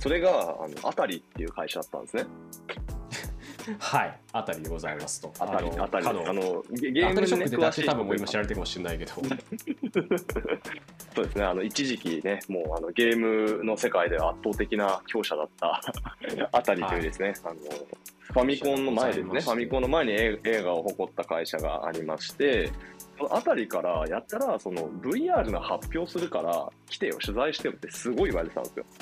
それがあのあたりっていう会社だったんですね。 はい、あたりでございますと。 あたり、あたり、あのゲゲームに詳しい多分もう今知られてるかもしれないけど。 そうですね、あの一時期ね、もうあのゲームの世界では圧倒的な強者だったあたりというですね、はい、あのファミコンの前ですね、ファミコンの前に映画を誇った会社がありまして、そのあたりからやったらその ブイアール の発表するから来てよ、取材してよってすごい言われてたんですよ。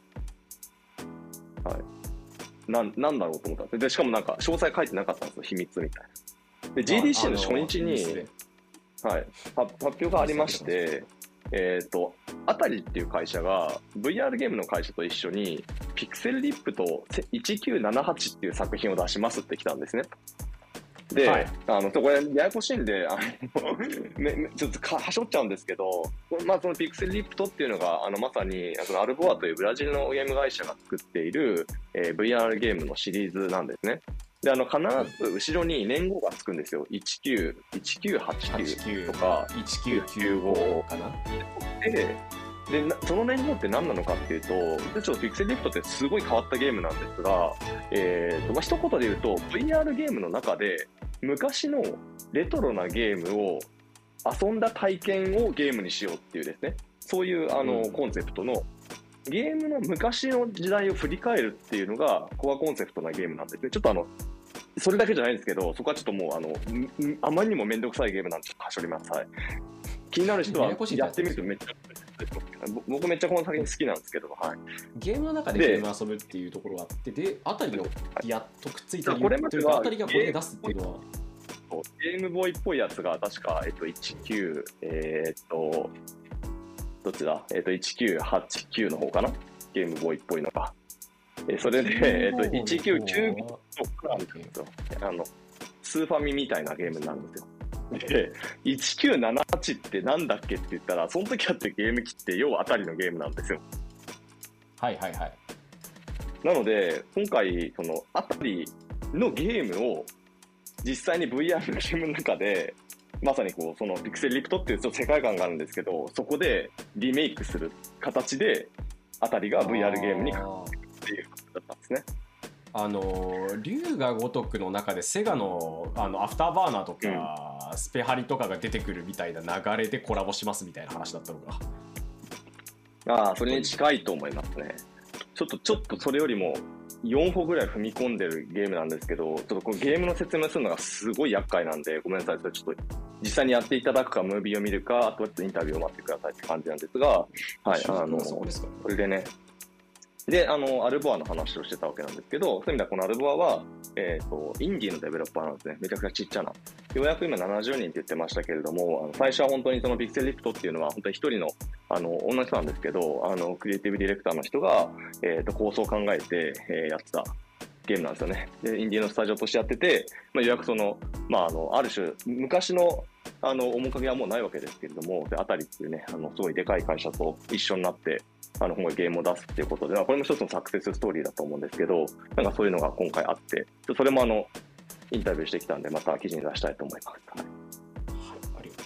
はい。な, なんだろうと思ったんですで、しかもなんか詳細書いてなかったんですよ、秘密みたいな。で、ジーディーシー の初日に、はい、発表がありまして、えっと、あたりっていう会社が ブイアール ゲームの会社と一緒に、ピクセルリップといちきゅうななはちっていう作品を出しますって来たんですね。で、はい、あのこれややこしいんで、あのめちょっとかはしょっちゃうんですけど、まあ、そのピクセルリプトっていうのがあのまさにそのアルボアというブラジルのゲーム会社が作っている、えー、ブイアール ゲームのシリーズなんですね。で、あの必ず後ろに年号がつくんですよ。いちきゅう、いちきゅうはちきゅうとかいちきゅうきゅうごかな。 ででその年号って何なのかっていうと、ちょっとピクセルリプトってすごい変わったゲームなんですが、えーとまあ、一言で言うと ブイアール ゲームの中で昔のレトロなゲームを遊んだ体験をゲームにしようっていうですね、そういうあの、うん、コンセプトのゲームの昔の時代を振り返るっていうのがコアコンセプトなゲームなんですね。ちょっとあのそれだけじゃないんですけど、そこはちょっともうあのあまりにもめんどくさいゲームなんでちょっとはしょります。はい、気になる人はやってみるとめっちゃ僕めっちゃこの作品好きなんですけど、はい、 ゲームの中でゲーム遊ぶっていうところがあって、で、あたりのやっとくっついた理由というか、あたりがこれで出すっていうのはゲームボーイっぽいやつが確か、えっと、いちきゅう、えー、っと、どっちだ、えっと、いちきゅうはちきゅうの方かな、ゲームボーイっぽいのが。えそれで、えっと、いちきゅうきゅうごとかなんですよ。あの、スーファミみたいなゲームなんですよ。で、いちきゅうななはちってなんだっけって言ったら、その時あってゲーム機って要はあたりのゲームなんですよ。 はいはいはい。 なので、今回、そのあたりのゲームを実際に ブイアール のゲームの中で、まさにこう、そのピクセルリプトっていう世界観があるんですけど、そこでリメイクする形で、あたりが ブイアール ゲームに変わっていくっていうことだったんですね。 あの龍が如くの中でセガ の, あのアフターバーナーとか、うん、スペハリとかが出てくるみたいな流れでコラボしますみたいな話だったのか。 ああ、それに近いと思いますね。ちょっとちょっとそれよりもよんほぐらい踏み込んでるゲームなんですけど、ちょっとこのゲームの説明するのがすごい厄介なんで、ごめんなさい、それちょっと実際にやっていただくか、ムービーを見るか、あとはインタビューを待ってくださいって感じなんですが、はい、あの、それでね、で、あの、アルボアの話をしてたわけなんですけど、そういう意味ではこのアルボアは、えっと、インディーのデベロッパーなんですね。めちゃくちゃちっちゃな。ようやく今ななじゅうにんって言ってましたけれども、あの最初は本当にそのピクセルリプトっていうのは本当に一人の、あの、女の人なんですけど、あの、クリエイティブディレクターの人が、えっと、構想を考えて、えー、やってたゲームなんですよね。で、インディーのスタジオとしてやってて、まあ、ようやくその、まあ、あの、ある種、昔の、あの、面影はもうないわけですけれども、で、あたりっていうね、あの、すごいでかい会社と一緒になって、あの、今後ゲームを出すっていうことで、まあ、これも一つのサクセスストーリーだと思うんですけど、なんかそういうのが今回あって、それもあの、インタビューしてきたんで、また記事に出したいと思います。はい。 はい、ありがとう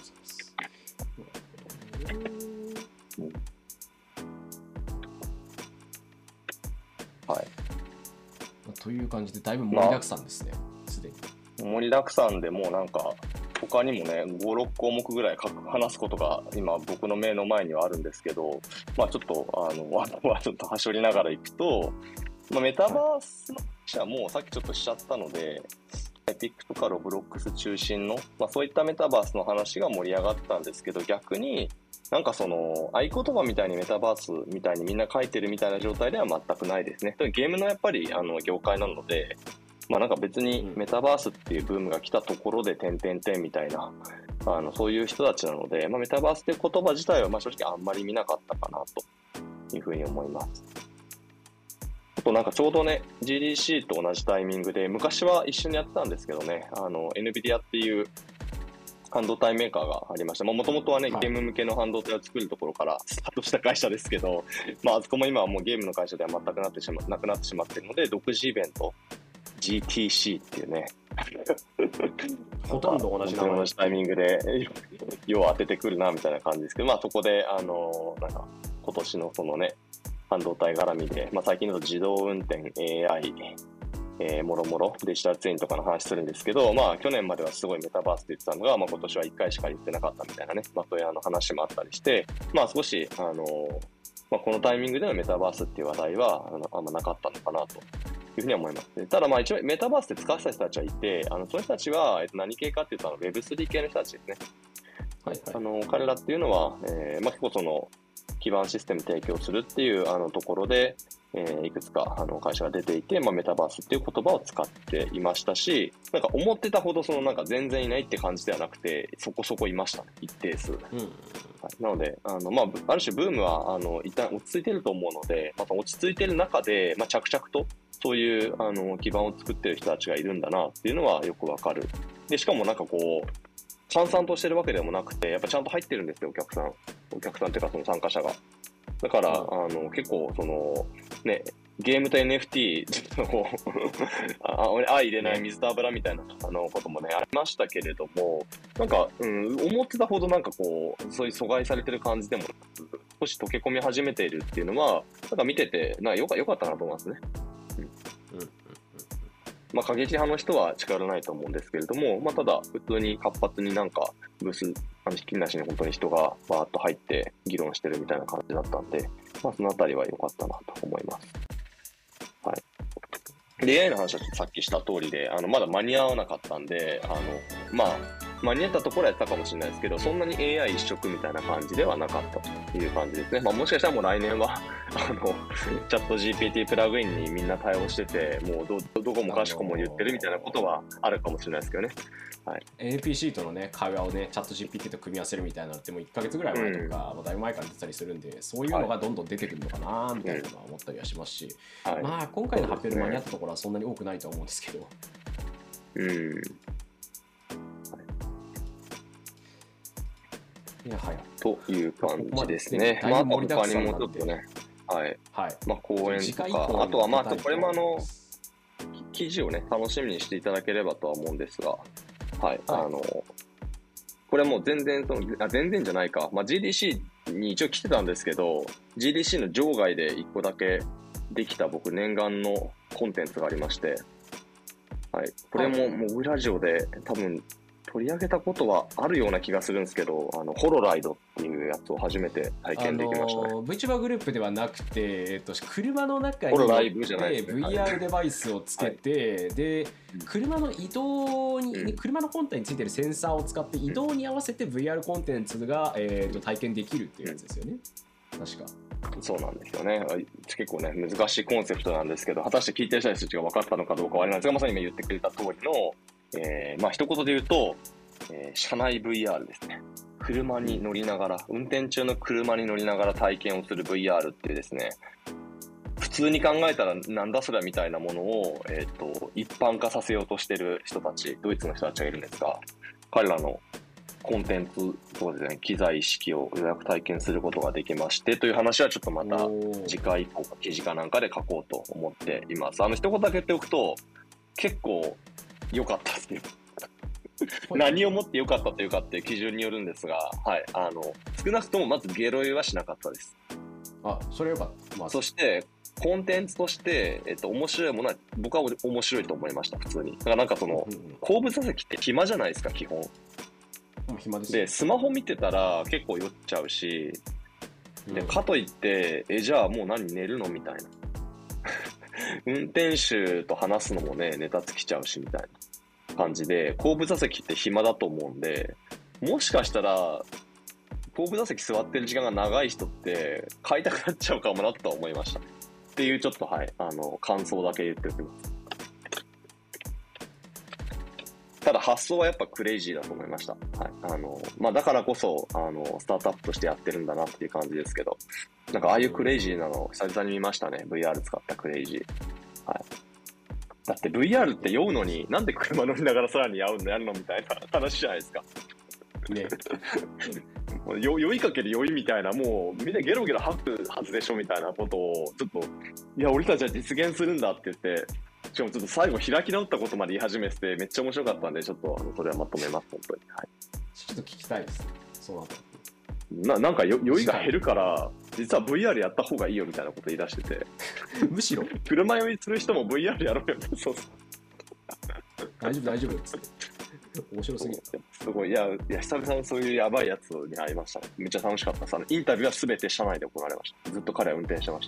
ございます。うん、 はい。 という感じで、だいぶ盛りだくさんですね、すでに。 盛りだくさんでもうなんか、他にもね、ご、ろっこうもくぐらい話すことが今僕の目の前にはあるんですけど、まあちょっと、あの、あとはちょっとはしょりながらいくと、まあ、メタバースの話はもうさっきちょっとしちゃったので、エピックとかロブロックス中心の、まあそういったメタバースの話が盛り上がったんですけど、逆になんかその合言葉みたいにメタバースみたいにみんな書いてるみたいな状態では全くないですね。ゲームのやっぱりあの業界なので、まあなんか別にメタバースっていうブームが来たところで点々点みたいな、あのそういう人たちなので、まあ、メタバースっていう言葉自体はまあ正直あんまり見なかったかなというふうに思います。あとなんかちょうどね ジーディーシー と同じタイミングで昔は一緒にやってたんですけどね、あの エヌビディア っていう半導体メーカーがありました。もともとはね、ゲーム向けの半導体を作るところからスタートした会社ですけど、まあ、あそこも今はもうゲームの会社では全くなってしまなくなってしまっているので、独自イベント、ジーティーシー っていうね、 ほとんど同じ名前、 同じタイミングで、要は当ててくるなみたいな感じですけど、まあそこで、あの、なんか、今年のそのね、 半導体絡みで、まあ、最近だと自動運転、エーアイ、えー、もろもろデジタルツインとかの話するんですけど、まあ、去年まではすごいメタバースって言ってたのが、まあ、今年はいっかいしか言ってなかったみたいなね、まあ、そういうあの話もあったりして、まあ、少し、あのーまあ、このタイミングでのメタバースっていう話題はあのあんまなかったのかなというふうには思います。ただ、まあ、一応メタバースって使わせた人たちはいて、あのその人たちは、えっと、何系かっていうと、ウェブスリー 系の人たちですね。はいはい、あの彼らっていうのは、えーまあ、結構その基盤システム提供するっていうあのところで、えー、いくつかあの会社が出ていて、まあ、メタバースっていう言葉を使っていましたし、なんか思ってたほどそのなんか全然いないって感じではなくて、そこそこいましたね、一定数。うんはい、なので、あのまあ、ある種ブームはあの一旦落ち着いてると思うので、また落ち着いてる中で、まあ、着々とそういうあの基盤を作ってる人たちがいるんだなっていうのはよくわかる。で、しかもなんかこう、閑散としてるわけでもなくて、やっぱちゃんと入ってるんですよ、お客さん。お客さんっていうか、その参加者が。だから、あの、結構、その、ね、ゲームと エヌエフティー、ちょっとこう、あ、俺、相入れない水と油みたいな、あの、こともね、ありましたけれども、なんか、うん、思ってたほどなんかこう、そういう阻害されてる感じでもなく、少し溶け込み始めているっていうのは、なんか見てて、なんかよか、よかったなと思いますね。うん。うんまあ、過激派の人は近寄らないと思うんですけれども、まあ、ただ、普通に活発になんか、ブース、あの、ひっきりなしに本当に人がバーッと入って議論してるみたいな感じだったんで、まあ、そのあたりは良かったなと思います。はい。で、エーアイ の話はちょっとさっきした通りで、あの、まだ間に合わなかったんで、あの、まあ、間に合ったところはやったかもしれないですけど、そんなに エーアイ 一色みたいな感じではなかったという感じですね。まあ、もしかしたらもう来年は、あの、チャット ジーピーティー プラグインにみんな対応してて、もうど、どこもかしこも言ってるみたいなことはあるかもしれないですけどね。はい、 エヌピーシー とのね、会話をね、チャット ジーピーティー と組み合わせるみたいなのってもういっかげつぐらい前とか、うん、まあだいぶ前から出てたりするんで、そういうのがどんどん出てくるのかなみたいなのは思ったりはしますし、はい、まあ今回の発表で間に合ったところはそんなに多くないとは思うんですけど。 うん。 いやはやという感じですね。まあ、あと他にもちょっとね、はい。はい、まあ、講演とか、あとはまあ、これもあの、記事をね、楽しみにしていただければとは思うんですが、はい。はい、あの、これもう全然その、あ、全然じゃないか。まあ、ジーディーシー に一応来てたんですけど、ジーディーシー の場外で一個だけできた僕念願のコンテンツがありまして、はい。これもモグラジオで多分、取り上げたことはあるような気がするんですけど、あのホロライドっていうやつを初めて体験できましたね。 あの VTuber グループではなくて、えっと、車の中にホロライブじゃないですね、 ブイアール デバイスをつけて、はい、で車の移動に、うん、車の本体についてるセンサーを使って移動に合わせて ブイアール コンテンツが、えー、と体験できるっていうやつですよね、うん、確か。 そうなんですよね。結構ね、難しいコンセプトなんですけど、果たして聞いてる人たちが分かったのかどうかはあれなんですが、まさに今言ってくれた通りの、えー、まあ一言で言うと、えー、車内 ブイアール ですね。車に乗りながら、運転中の車に乗りながら体験をする ブイアール っていうですね、普通に考えたらなんだそれみたいなものを、えーと、一般化させようとしてる人たち、ドイツの人たちがいるんですが、彼らのコンテンツ、そうですね、機材式を予約体験することができましてという話はちょっとまた次回以降か記事かなんかで書こうと思っています。あの一言だけ言っておくと、結構良かったですね。何をもって良かったというかっていう基準によるんですが、はい、あの少なくともまずゲロ酔いはしなかったです。 あ、それ良かった。まあ、 そしてコンテンツとして、えっと、面白いものは僕は面白いと思いました、普通に。だからなんかその、うんうん、後部座席って暇じゃないですか、基本。 暇です、 で、スマホ見てたら結構酔っちゃうし、でかといってえじゃあもう何寝るのみたいな運転手と話すのもねネタつきちゃうしみたいな感じで、後部座席って暇だと思うんで、もしかしたら後部座席座ってる時間が長い人って買いたくなっちゃうかもなとは思いましたっていうちょっと、はい、あの感想だけ言っておきます。ただ発想はやっぱクレイジーだと思いました。はい、あのまあ、だからこそあのスタートアップとしてやってるんだなっていう感じですけど、なんかああいうクレイジーなの久々に見ましたね。 ブイアール 使ったクレイジー、はい。だって ブイアール って酔うのになんで車乗りながらさらに酔うのやるのみたいな話じゃないですかね。酔いかける酔いみたいな、もうみんなゲロゲロ吐くはずでしょみたいなことをちょっと、いや俺たちは実現するんだって言って、しかもちょっと最後開き直ったことまで言い始めてめっちゃ面白かったんで、ちょっとあのそれはまとめます本当に、はい、 ちょっと聞きたいです。そうなんだ。 ななんかよ酔いが減るから実は ブイアール やった方がいいよみたいなこと言い出しててむしろ車酔いする人も ブイアール やろうよってそうそう大丈夫大丈夫っつって面白すぎる。 すごい、いや、いや久々にそういうやばいやつに会いましたね。めっちゃ楽しかったです。あのインタビューはすべて車内で行われました。ずっと彼は運転してました。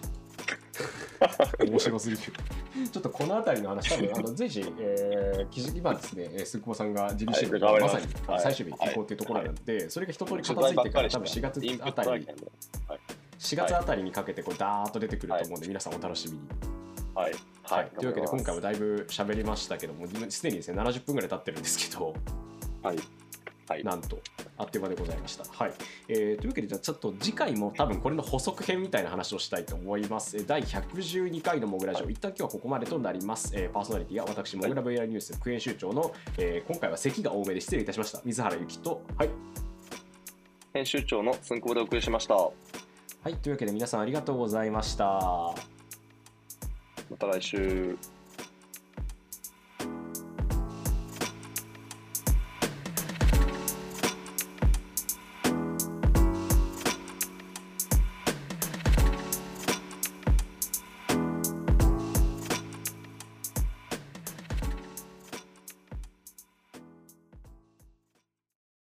面白すぎる。ちょっとこの辺りの話、多分あの随時、えー、記事今ですね、すっこさんが ジーディーシー の、はい、まさに最終日に行こうというところなので、はい、それが一通り片付いてから、多分しがつあたり、はい、しがつあたりにかけてこうダーッと出てくると思うんで、はい、皆さんお楽しみに。 はいはい、というわけで今回もだいぶ喋りましたけども、すでにですねななじゅっぷんぐらい経ってるんですけど、 はいはい、 なんとあっという間でございました。はい、えー、というわけでじゃあちょっと次回も多分これの補足編みたいな話をしたいと思います。だいひゃくじゅうにかいのモグラジオ、はい、一旦今日はここまでとなります。えー、パーソナリティは私モグラ ブイアール ニュース副編集長の、えー、今回は咳が多めで失礼いたしました水原由紀と、はい、 編集長のすんこぼでお送りしました。はい、というわけで皆さんありがとうございました。 また来週。